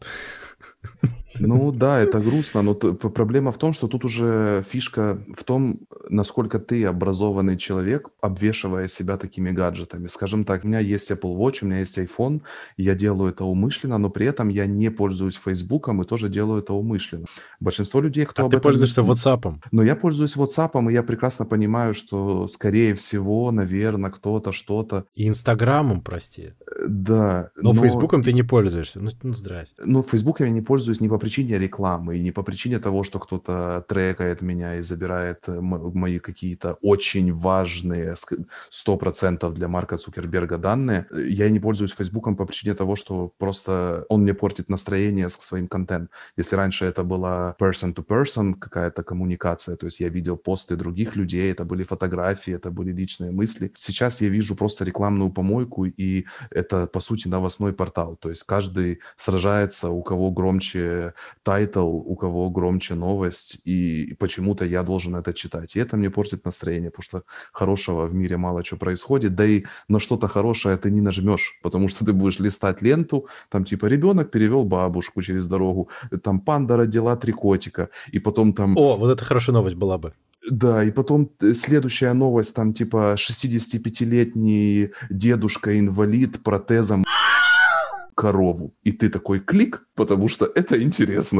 Ну да, это грустно, но проблема в том, что тут уже фишка в том, насколько ты образованный человек, обвешивая себя такими гаджетами. Скажем так, у меня есть Apple Watch, у меня есть iPhone, я делаю это умышленно, но при этом я не пользуюсь Фейсбуком и тоже делаю это умышленно. Большинство людей, кто об ты этом... пользуешься WhatsApp'ом. Но я пользуюсь WhatsApp'ом, и я прекрасно понимаю, что, скорее всего, наверное, кто-то что-то... И Инстаграмом, прости. Да. Но Фейсбуком ты не пользуешься. Ну, здрасте. Ну, Фейсбуком я не пользуюсь не по причине рекламы, и не по причине того, что кто-то трекает меня и забирает мои какие-то очень важные 100% для Марка Цукерберга данные. Я не пользуюсь Фейсбуком по причине того, что просто он мне портит настроение своим контентом. Если раньше это была person-to-person какая-то коммуникация, то есть я видел посты других людей, это были фотографии, это были личные мысли. Сейчас я вижу просто рекламную помойку, и это, по сути, новостной портал. То есть каждый сражается, у кого громче тайтл, у кого громче новость, и почему-то я должен это читать. И это мне портит настроение, потому что хорошего в мире мало что происходит, да и на что-то хорошее ты не нажмешь, потому что ты будешь листать ленту, там типа ребенок перевел бабушку через дорогу, там панда родила 3 котика, и потом там... О, вот это хорошая новость была бы. Да, и потом следующая новость, там типа 65-летний дедушка-инвалид протезом корову. И ты такой клик, потому что это интересно.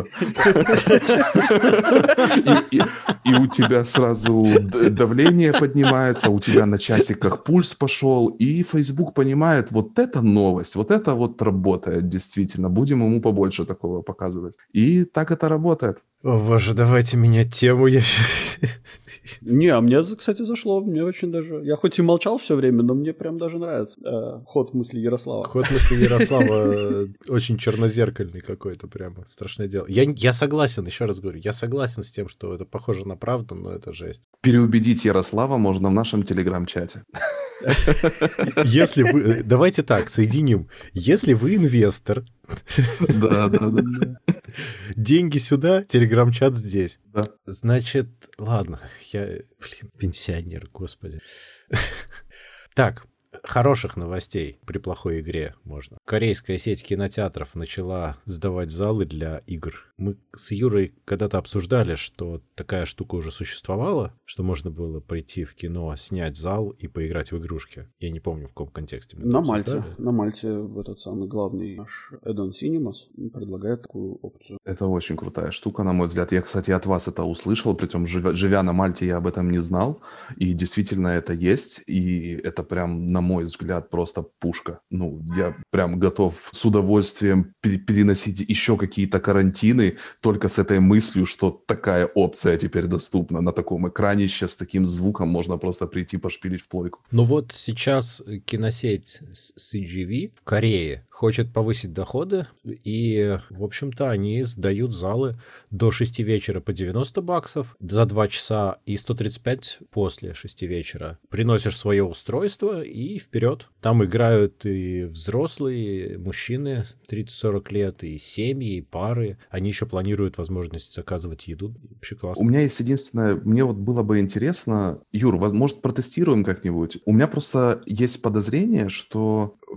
И у тебя сразу давление поднимается, у тебя на часиках пульс пошел, и Facebook понимает, вот это новость, вот это вот работает действительно. Будем ему побольше такого показывать. И так это работает. О, боже, давайте менять тему. Не, а мне, кстати, зашло. Мне очень даже... Я хоть и молчал все время, но мне прям даже нравится ход мысли Ярослава. Ход мысли Ярослава очень чернозеркальный какой-то, прямо страшное дело. Я согласен, еще раз говорю, я согласен с тем, что это похоже на правду, но это жесть. Переубедить Ярослава можно в нашем телеграм-чате. Если вы... Давайте так, соединим. Если вы инвестор... Да. Деньги сюда, телеграм-чат здесь. Да. Значит, ладно, я, пенсионер, господи. Так, хороших новостей при плохой игре можно. Корейская сеть кинотеатров начала сдавать залы для игр. Мы с Юрой когда-то обсуждали, что такая штука уже существовала, что можно было прийти в кино, снять зал и поиграть в игрушки. Я не помню, в каком контексте мы это обсуждали. На Мальте этот самый главный наш Эдон Синемас предлагает такую опцию. Это очень крутая штука, на мой взгляд. Я, кстати, от вас это услышал, причем живя на Мальте, я об этом не знал. И действительно это есть, и это прям, на мой взгляд, просто пушка. Ну, я прям готов с удовольствием переносить еще какие-то карантины только с этой мыслью, что такая опция теперь доступна на таком экранище, с таким звуком можно просто прийти пошпилить в плойку. Ну вот сейчас киносеть CGV в Корее хочет повысить доходы, и, в общем-то, они сдают залы до 6 вечера по $90 за 2 часа и 135 после 6 вечера. Приносишь свое устройство и вперед. Там играют и взрослые, и мужчины 30-40 лет, и семьи, и пары. Они еще планируют возможность заказывать еду. Вообще классно. У меня есть единственное, мне вот было бы интересно, Юр, может, протестируем как-нибудь? У меня просто есть подозрение, что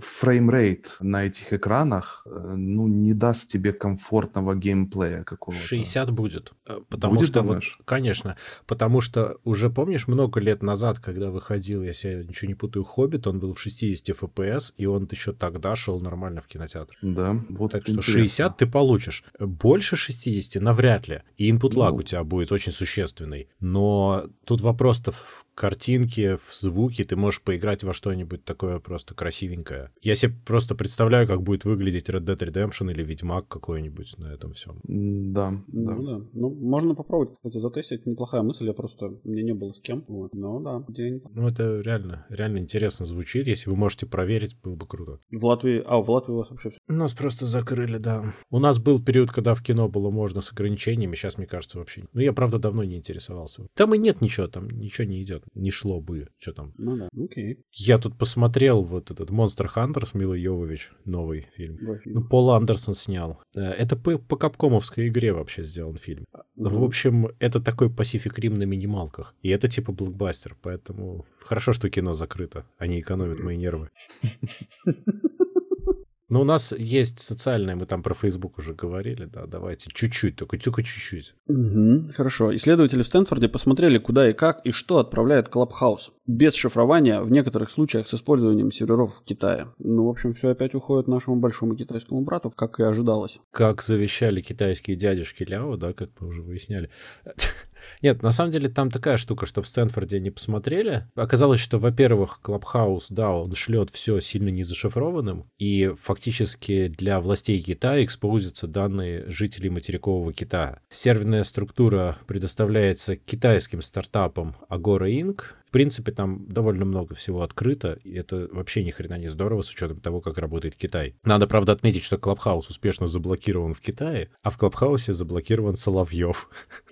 фреймрейт на этих экранах, не даст тебе комфортного геймплея какого-то. 60 будет. Потому что, конечно, потому что уже, помнишь, много лет назад, когда выходил, если я ничего не путаю, «Хоббит», он был в 60 FPS, и он еще тогда шел нормально в кинотеатр. Да, вот так что интересно. 60 ты получишь. Больше 60 навряд ли. И input lag у тебя будет очень существенный. Но тут вопрос-то в картинке, в звуке. Ты можешь поиграть во что-нибудь такое просто красивенькое. Я себе просто представляю, как будет выглядеть Red Dead Redemption или Ведьмак какой-нибудь на этом всем. Да. Можно попробовать, кстати, затестить. Неплохая мысль, мне не было с кем. День. Это реально интересно звучит. Если вы можете проверить, было бы круто. В Латвии у вас вообще все? Нас просто закрыли, да. У нас был период, когда в кино было можно с ограничениями, сейчас, мне кажется, вообще. Я, правда, давно не интересовался. Там и нет ничего, там ничего не идет. Не шло бы, что там. Окей. Я тут посмотрел вот этот Monster Hunter с Милой Йовович, новый фильм. Пол Андерсон снял. Это по капкомовской игре вообще сделан фильм. В общем, это такой Pacific Rim на минималках. И это типа блокбастер, поэтому хорошо, что кино закрыто. Они экономят мои нервы. Но у нас есть социальное, мы там про Facebook уже говорили, да, давайте чуть-чуть, только чуть-чуть. Хорошо. Исследователи в Стэнфорде посмотрели, куда и как и что отправляет Clubhouse. Без шифрования, в некоторых случаях с использованием серверов в Китае. В общем, все опять уходит нашему большому китайскому брату, как и ожидалось. Как завещали китайские дядюшки Ляо, да, как мы уже выясняли. Нет, на самом деле там такая штука, что в Стэнфорде не посмотрели. Оказалось, что, во-первых, Clubhouse, да, он шлет все сильно не зашифрованным, и фактически для властей Китая экспозятся данные жителей материкового Китая. Серверная структура предоставляется китайским стартапам Agora Inc. В принципе, там довольно много всего открыто, и это вообще ни хрена не здорово с учетом того, как работает Китай. Надо, правда, отметить, что Clubhouse успешно заблокирован в Китае, а в Clubhouse заблокирован Соловьев.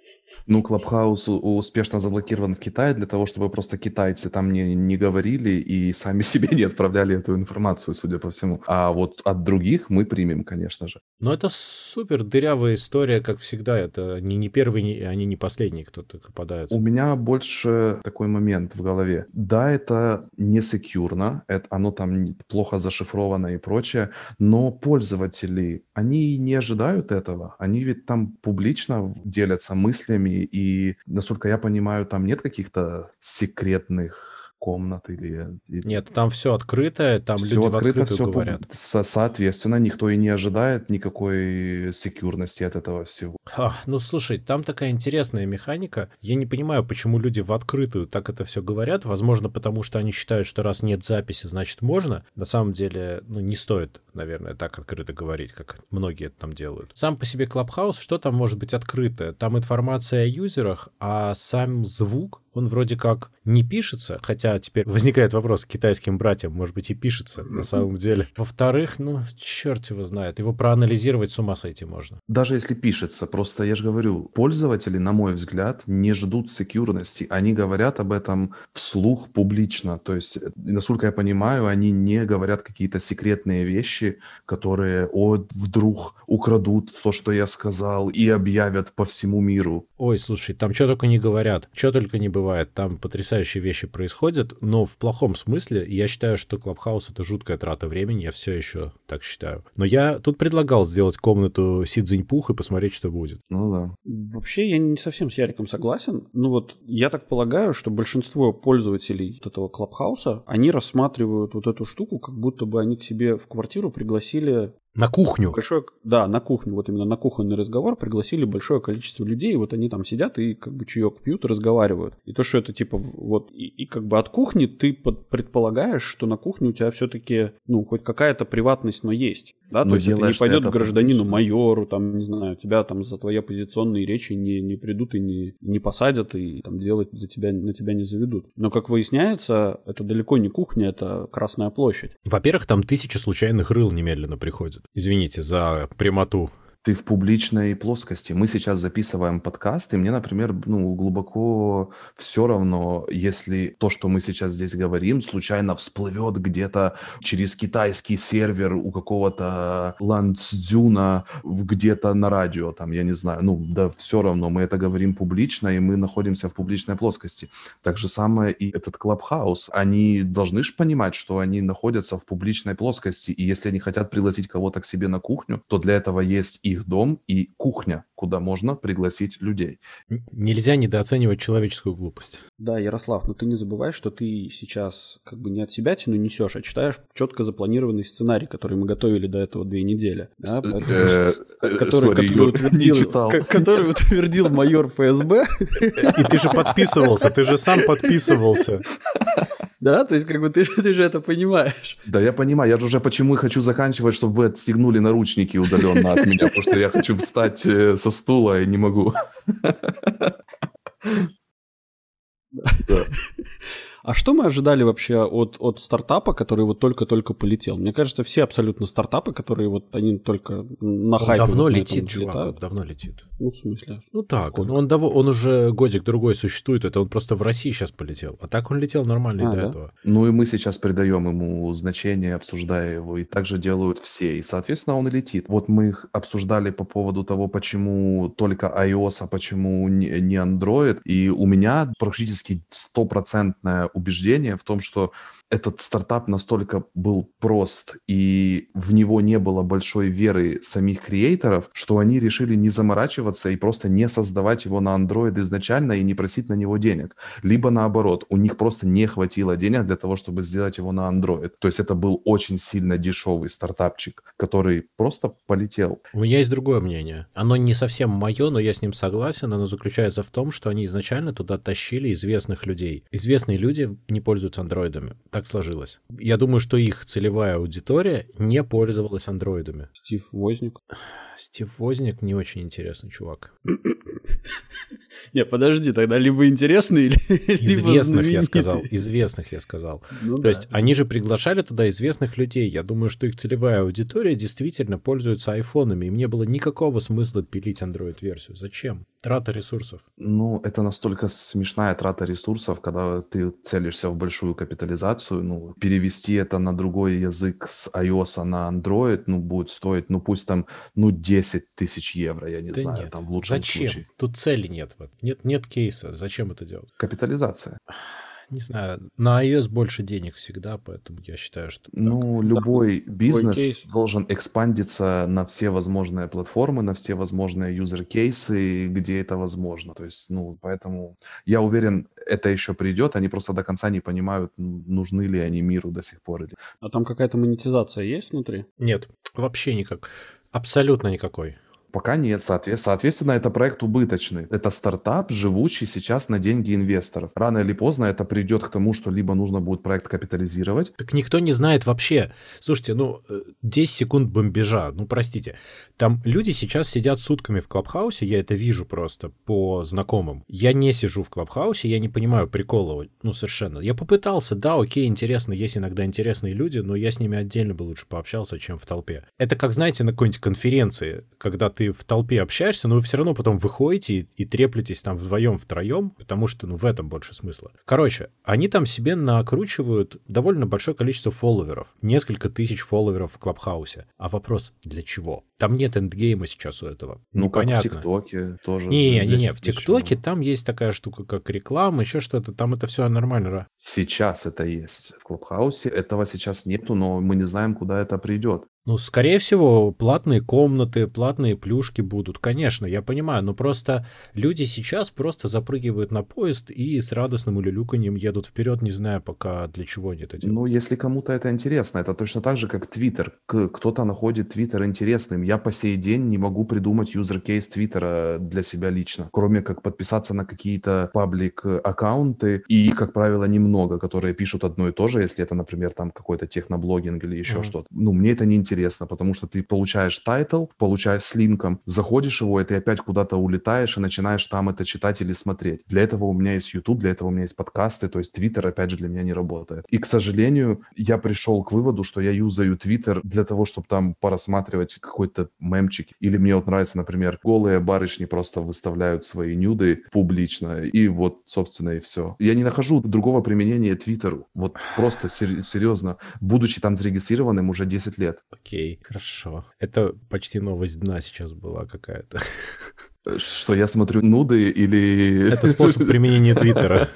Clubhouse успешно заблокирован в Китае для того, чтобы просто китайцы там не говорили и сами себе не отправляли эту информацию, судя по всему. А вот от других мы примем, конечно же. Но это супер дырявая история, как всегда. Это не первый, они не последний, кто попадается. У меня больше такой момент в голове. Да, это не секьюрно, оно там плохо зашифровано и прочее, но пользователи, они не ожидают этого. Они ведь там публично делятся мыслями, и, насколько я понимаю, там нет каких-то секретных комнат или... Нет, там все открытое, там все люди открыто, в открытую говорят. Соответственно, никто и не ожидает никакой секьюрности от этого всего. Слушай, там такая интересная механика. Я не понимаю, почему люди в открытую так это все говорят. Возможно, потому что они считают, что раз нет записи, значит можно. На самом деле, не стоит, наверное, так открыто говорить, как многие это там делают. Сам по себе Clubhouse, что там может быть открытое? Там информация о юзерах, а сам звук, он вроде как не пишется, хотя теперь возникает вопрос к китайским братьям, может быть, и пишется на самом деле. Во-вторых, черт его знает, его проанализировать с ума сойти можно. Даже если пишется, просто я же говорю, пользователи, на мой взгляд, не ждут секьюрности, они говорят об этом вслух публично, то есть, насколько я понимаю, они не говорят какие-то секретные вещи, которые, вдруг украдут то, что я сказал, и объявят по всему миру. Ой, слушай, там что только не говорят, что только не бывает, там потрясающие вещи происходят, но в плохом смысле. Я считаю, что Clubhouse — это жуткая трата времени, я все еще так считаю. Но я тут предлагал сделать комнату Си Цзиньпух и посмотреть, что будет. Да. Вообще, я не совсем с Яриком согласен. Я так полагаю, что большинство пользователей этого Clubhouse, они рассматривают вот эту штуку, как будто бы они к себе в квартиру пригласили... На кухню. На кухню. Вот именно на кухонный разговор пригласили большое количество людей, вот они там сидят и как бы чаек пьют и разговаривают. И то, что это типа и как бы от кухни ты предполагаешь, что на кухне у тебя все-таки, хоть какая-то приватность, но есть. Да, то есть это не пойдет к гражданину-майору, там, не знаю, тебя там за твои оппозиционные речи не придут и не посадят, и там делать на тебя не заведут. Но, как выясняется, это далеко не кухня, это Красная площадь. Во-первых, там 1000 случайных рыл немедленно приходят. Извините за прямоту Ты в публичной плоскости. Мы сейчас записываем подкаст, и мне, например, глубоко все равно, если то, что мы сейчас здесь говорим, случайно всплывет где-то через китайский сервер у какого-то Ланцзюна где-то на радио, там, я не знаю. Да все равно, мы это говорим публично, и мы находимся в публичной плоскости. Так же самое и этот Clubhouse. Они должны же понимать, что они находятся в публичной плоскости, и если они хотят пригласить кого-то к себе на кухню, то для этого есть их дом и кухня, куда можно пригласить людей. Нельзя недооценивать человеческую глупость. Да, Ярослав, но ты не забывай, что ты сейчас как бы не от себя тяну несешь, а читаешь четко запланированный сценарий, который мы готовили до этого 2 недели. Который утвердил майор ФСБ. И ты же подписывался, ты же сам подписывался. Да, то есть как бы ты же это понимаешь. Да, я понимаю. Я же уже почему и хочу заканчивать, чтобы вы отстегнули наручники удаленно от меня, потому что я хочу встать со стула и не могу. А что мы ожидали вообще от стартапа, который вот только-только полетел? Мне кажется, все абсолютно стартапы, которые вот они только на хайпе. Давно летит, чувак, давно летит. Ну, в смысле? Ну так, он уже годик-другой существует, это он просто в России сейчас полетел. А так он летел нормально и до этого. Ну и мы сейчас придаем ему значение, обсуждая его, и так же делают все. И, соответственно, он и летит. Вот мы их обсуждали по поводу того, почему только iOS, а почему не Android. И у меня практически 100% убеждение в том, что этот стартап настолько был прост, и в него не было большой веры самих креаторов, что они решили не заморачиваться и просто не создавать его на Android изначально и не просить на него денег. Либо наоборот, у них просто не хватило денег для того, чтобы сделать его на Android. То есть это был очень сильно дешевый стартапчик, который просто полетел. У меня есть другое мнение. Оно не совсем мое, но я с ним согласен. Оно заключается в том, что они изначально туда тащили известных людей. Известные люди не пользуются андроидами. Так сложилось. Я думаю, что их целевая аудитория не пользовалась андроидами. Стив Возник. Стив Возник не очень интересный чувак. Не, подожди, тогда либо интересный, либо известных я сказал. То есть они же приглашали туда известных людей. Я думаю, что их целевая аудитория действительно пользуется айфонами. Им не было никакого смысла пилить Android-версию. Зачем? Трата ресурсов. Ну, это настолько смешная трата ресурсов, когда ты целишься в большую капитализацию. Перевести это на другой язык с iOS на Android, будет стоить, пусть там, 10 тысяч евро, я не знаю, нет. Там в лучшем случае. Зачем? Тут цели нет. Нет кейса. Зачем это делать? Капитализация. Не знаю, на iOS больше денег всегда, поэтому я считаю, что... Любой бизнес должен экспандиться на все возможные платформы, на все возможные юзер-кейсы, где это возможно. То есть, поэтому я уверен, это еще придет, они просто до конца не понимают, нужны ли они миру до сих пор. А там какая-то монетизация есть внутри? Нет, вообще никак. Абсолютно никакой. Пока нет. Соответственно, это проект убыточный. Это стартап, живущий сейчас на деньги инвесторов. Рано или поздно это придет к тому, что либо нужно будет проект капитализировать. Так никто не знает вообще. Слушайте, 10 секунд бомбежа, простите. Там люди сейчас сидят сутками в Клабхаусе, я это вижу просто по знакомым. Я не сижу в Клабхаусе, я не понимаю прикола, совершенно. Я попытался, да, окей, интересно, есть иногда интересные люди, но я с ними отдельно бы лучше пообщался, чем в толпе. Это как, знаете, на какой-нибудь конференции, когда ты в толпе общаешься, но вы все равно потом выходите и треплетесь там вдвоем-втроем, потому что, в этом больше смысла. Короче, они там себе накручивают довольно большое количество фолловеров. Несколько тысяч фолловеров в Клабхаусе. А вопрос, для чего? Там нет эндгейма сейчас у этого. Непонятно. Как в ТикТоке тоже. Не, в ТикТоке там есть такая штука, как реклама, еще что-то. Там это все нормально. Сейчас это есть. В Клабхаусе этого сейчас нету, но мы не знаем, куда это придет. Скорее всего, платные комнаты, платные плюшки будут, конечно, я понимаю, но просто люди сейчас просто запрыгивают на поезд и с радостным улюлюканьем едут вперед, не зная пока для чего они это делают. Если кому-то это интересно, это точно так же, как Твиттер. Кто-то находит Твиттер интересным. Я по сей день не могу придумать юзер-кейс Твиттера для себя лично, кроме как подписаться на какие-то паблик-аккаунты, и их, как правило, немного, которые пишут одно и то же, если это, например, там какой-то техноблогинг или еще что-то. Мне это не интересно. неинтересно, потому что ты получаешь тайтл, получаешь с линком, заходишь его, и ты опять куда-то улетаешь и начинаешь там это читать или смотреть. Для этого у меня есть YouTube, для этого у меня есть подкасты, то есть Twitter, опять же, для меня не работает. И, к сожалению, я пришел к выводу, что я юзаю Twitter для того, чтобы там порассматривать какой-то мемчик. Или мне вот нравится, например, голые барышни просто выставляют свои нюды публично, и вот, собственно, и все. Я не нахожу другого применения Твиттеру. Вот просто серьезно, будучи там зарегистрированным уже 10 лет. Окей, хорошо. Это почти новость дна сейчас была какая-то. Что я смотрю нуды или... Это способ применения Твиттера.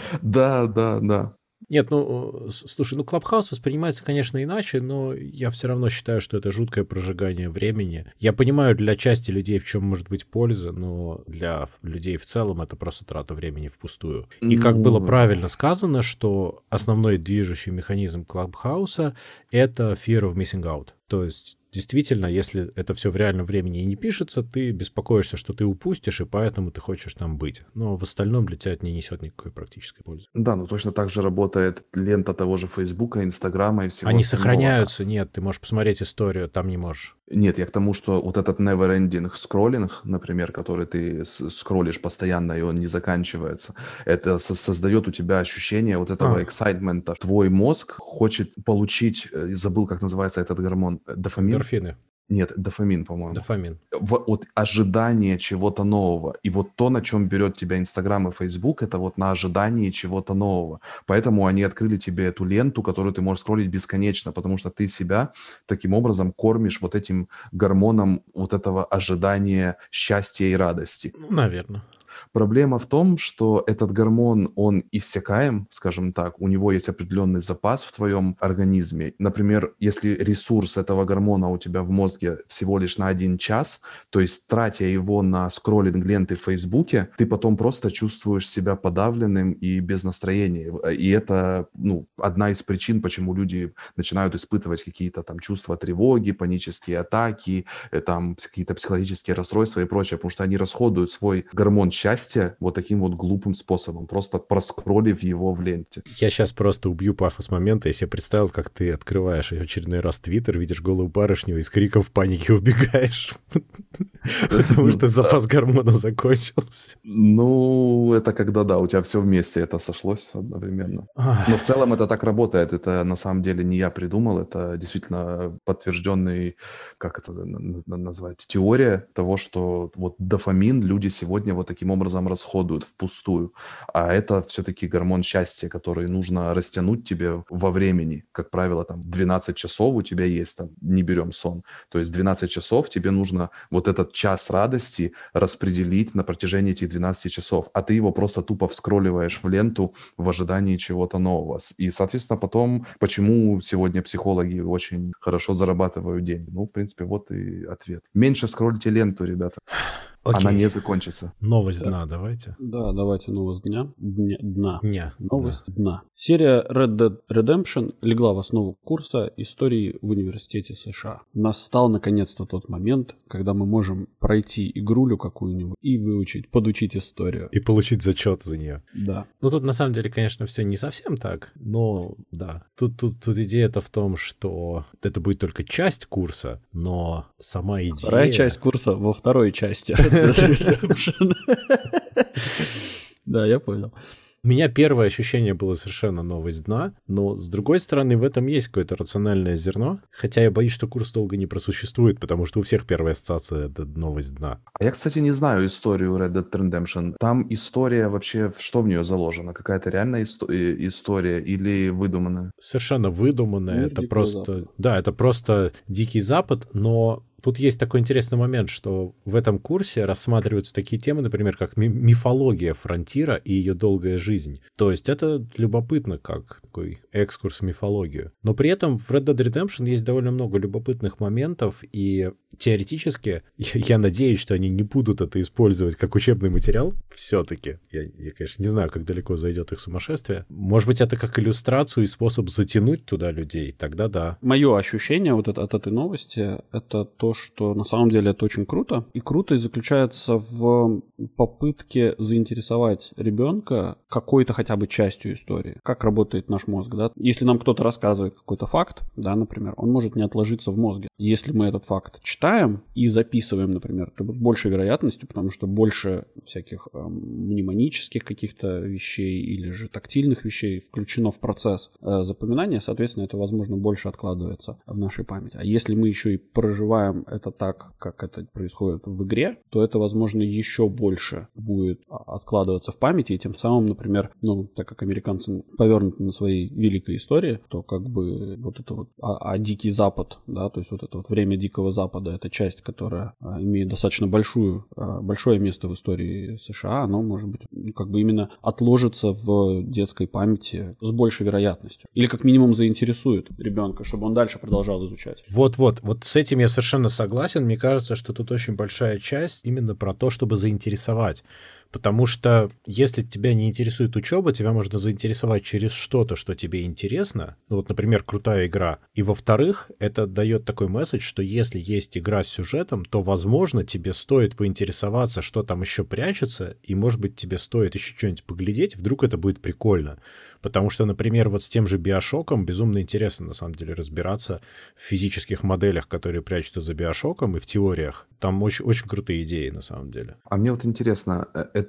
Да. Нет, слушай, Clubhouse воспринимается, конечно, иначе, но я все равно считаю, что это жуткое прожигание времени. Я понимаю, для части людей в чем может быть польза, но для людей в целом это просто трата времени впустую. И как было правильно сказано, что основной движущий механизм Clubhouse — это fear of missing out. То есть действительно, если это все в реальном времени и не пишется, ты беспокоишься, что ты упустишь, и поэтому ты хочешь там быть. Но в остальном для тебя это не несет никакой практической пользы. Да, но точно так же работает лента того же Фейсбука, Инстаграма и всего Они остального. сохраняются? Нет, ты можешь посмотреть историю, там не можешь. Нет, я к тому, что вот этот never-ending скроллинг, например, который ты скроллишь постоянно, и он не заканчивается, это создает у тебя ощущение вот этого эксайтмента. Твой мозг хочет получить, забыл, как называется этот гормон, дофамин? Эндорфины. Нет, дофамин, по-моему. Дофамин. Вот ожидание чего-то нового. И вот то, на чем берет тебя Инстаграм и Фейсбук, это вот на ожидании чего-то нового. Поэтому они открыли тебе эту ленту, которую ты можешь скроллить бесконечно, потому что ты себя таким образом кормишь вот этим гормоном вот этого ожидания счастья и радости. Ну, наверное. Проблема в том, что этот гормон, он иссякаем, скажем так, у него есть определенный запас в твоем организме. Например, если ресурс этого гормона у тебя в мозге всего лишь на 1 час, то есть тратя его на скроллинг ленты в Фейсбуке, ты потом просто чувствуешь себя подавленным и без настроения. И это, одна из причин, почему люди начинают испытывать какие-то там чувства тревоги, панические атаки, там какие-то психологические расстройства и прочее, потому что они расходуют свой гормон счастья вот таким вот глупым способом, просто проскроллив его в ленте. Я сейчас просто убью пафос момента, если я представил, как ты открываешь в очередной раз Твиттер, видишь голую барышню и с криком в панике убегаешь. Потому что запас гормона закончился. Это когда, да, у тебя все вместе это сошлось одновременно. Но в целом это так работает. Это на самом деле не я придумал, это действительно подтвержденный, как это назвать, теория того, что вот дофамин люди сегодня вот таким образом расходуют впустую. А это все-таки гормон счастья, который нужно растянуть тебе во времени. Как правило, там 12 часов у тебя есть, там, не берем сон. То есть 12 часов тебе нужно вот этот час радости распределить на протяжении этих 12 часов. А ты его просто тупо вскролливаешь в ленту в ожидании чего-то нового. И, соответственно, потом, почему сегодня психологи очень хорошо зарабатывают деньги? В принципе, вот и ответ. Меньше скроллите ленту, ребята. Окей. Она не закончится. Новость дна, давайте. Да, давайте новость дня. Дня. Новость дна. Серия Red Dead Redemption легла в основу курса истории в университете США. Настал наконец-то тот момент, когда мы можем пройти игрулю какую-нибудь и подучить историю. И получить зачет за нее. Да. Тут на самом деле, конечно, все не совсем так, но да. Тут идея-то в том, что это будет только часть курса, но сама идея... Вторая часть курса во второй части. Да, я понял. У меня первое ощущение было совершенно новость дна, но, с другой стороны, в этом есть какое-то рациональное зерно, хотя я боюсь, что курс долго не просуществует, потому что у всех первая ассоциация — это новость дна. А я, кстати, не знаю историю Red Dead Redemption. Там история вообще, что в нее заложено? Какая-то реальная история или выдуманная? Совершенно выдуманная. Это просто... Да, это просто Дикий Запад, но... Тут есть такой интересный момент, что в этом курсе рассматриваются такие темы, например, как мифология Фронтира и ее долгая жизнь. То есть это любопытно, как такой экскурс в мифологию. Но при этом в Red Dead Redemption есть довольно много любопытных моментов, и теоретически я надеюсь, что они не будут это использовать как учебный материал все-таки. Я, конечно, не знаю, как далеко зайдет их сумасшествие. Может быть, это как иллюстрацию и способ затянуть туда людей, тогда да. Мое ощущение от этой новости — это то, то, что на самом деле это очень круто. И крутость заключается в попытке заинтересовать ребенка какой-то хотя бы частью истории. Как работает наш мозг, да? Если нам кто-то рассказывает какой-то факт, да, например, он может не отложиться в мозге. Если мы этот факт читаем и записываем, например, то с большей вероятностью, потому что больше всяких мнемонических каких-то вещей или же тактильных вещей включено в процесс запоминания, соответственно, это, возможно, больше откладывается в нашей памяти. А если мы еще и проживаем это так, как это происходит в игре, то это, возможно, еще больше будет откладываться в памяти, и тем самым, например, так как американцы повернуты на своей великой истории, то как бы вот это вот, Дикий Запад, да, то есть вот это вот время Дикого Запада, это часть, которая имеет достаточно большое место в истории США, оно, может быть, как бы именно отложится в детской памяти с большей вероятностью. Или как минимум заинтересует ребенка, чтобы он дальше продолжал изучать. Вот с этим я совершенно согласен. Мне кажется, что тут очень большая часть именно про то, чтобы заинтересовать. Потому что если тебя не интересует учеба, тебя можно заинтересовать через что-то, что тебе интересно. Например, крутая игра. И во-вторых, это дает такой месседж, что если есть игра с сюжетом, то, возможно, тебе стоит поинтересоваться, что там еще прячется, и, может быть, тебе стоит еще что-нибудь поглядеть, вдруг это будет прикольно. Потому что, например, вот с тем же Биошоком безумно интересно, на самом деле, разбираться в физических моделях, которые прячутся за Биошоком, и в теориях. Там очень, очень крутые идеи, на самом деле. А мне вот интересно,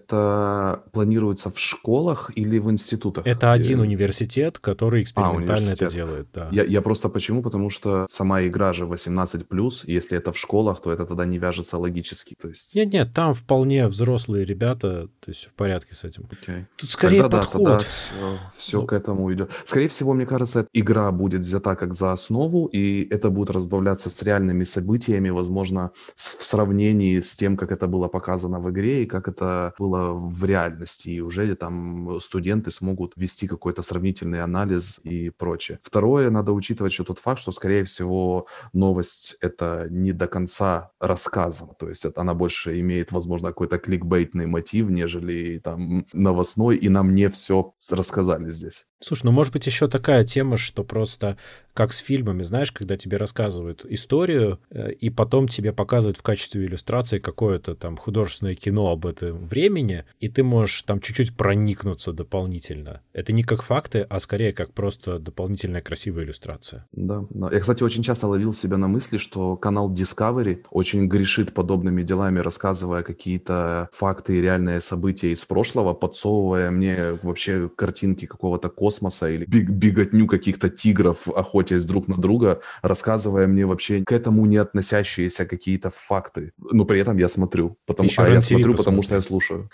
это планируется в школах или в институтах? Это один университет, который экспериментально это делает, да. Я просто почему? Потому что сама игра же 18+, и если это в школах, то это тогда не вяжется логически. То есть... Нет, там вполне взрослые ребята, то есть в порядке с этим. Okay. Тут скорее тогда, подход. Да, все к этому идет. Скорее всего, мне кажется, игра будет взята как за основу, и это будет разбавляться с реальными событиями, возможно, в сравнении с тем, как это было показано в игре и как это было в реальности. И уже там студенты смогут вести какой-то сравнительный анализ и прочее. Второе, надо учитывать еще тот факт, что, скорее всего, новость это не до конца рассказана. То есть она больше имеет, возможно, какой-то кликбейтный мотив, нежели там новостной, и нам не все рассказали здесь. Слушай, может быть, еще такая тема, что просто как с фильмами, знаешь, когда тебе рассказывают историю, и потом тебе показывают в качестве иллюстрации какое-то там художественное кино об этом времени, и ты можешь там чуть-чуть проникнуться дополнительно. Это не как факты, а скорее как просто дополнительная красивая иллюстрация. Да. Я, кстати, очень часто ловил себя на мысли, что канал Discovery очень грешит подобными делами, рассказывая какие-то факты и реальные события из прошлого, подсовывая мне вообще картинки какого-то космоса или беготню каких-то тигров, охотясь друг на друга, рассказывая мне вообще к этому не относящиеся какие-то факты. Но при этом я смотрю. Потому что я слушаю.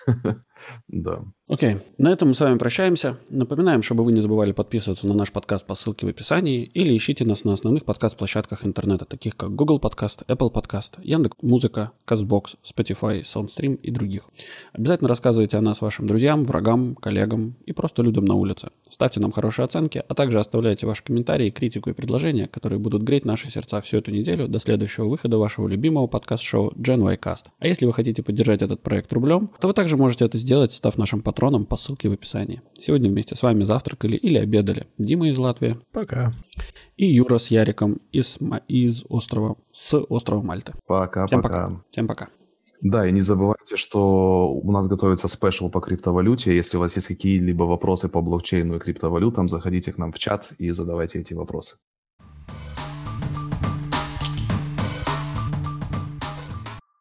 Да. Окей. На этом мы с вами прощаемся. Напоминаем, чтобы вы не забывали подписываться на наш подкаст по ссылке в описании или ищите нас на основных подкаст-площадках интернета, таких как Google Podcast, Apple Podcast, Яндекс.Музыка, Castbox, Spotify, SoundStream и других. Обязательно рассказывайте о нас вашим друзьям, врагам, коллегам и просто людям на улице. Ставьте нам хорошие оценки, а также оставляйте ваши комментарии, критику и предложения, которые будут греть наши сердца всю эту неделю до следующего выхода вашего любимого подкаст-шоу Gen Y Cast. А если вы хотите поддержать этот проект рублем, то вы также можете это сделать, став нашим патроном по ссылке в описании. Сегодня вместе с вами завтракали или обедали Дима из Латвии. Пока. И Юра с Яриком с острова Мальты. Пока. Всем пока. Да, и не забывайте, что у нас готовится спешл по криптовалюте. Если у вас есть какие-либо вопросы по блокчейну и криптовалютам, заходите к нам в чат и задавайте эти вопросы.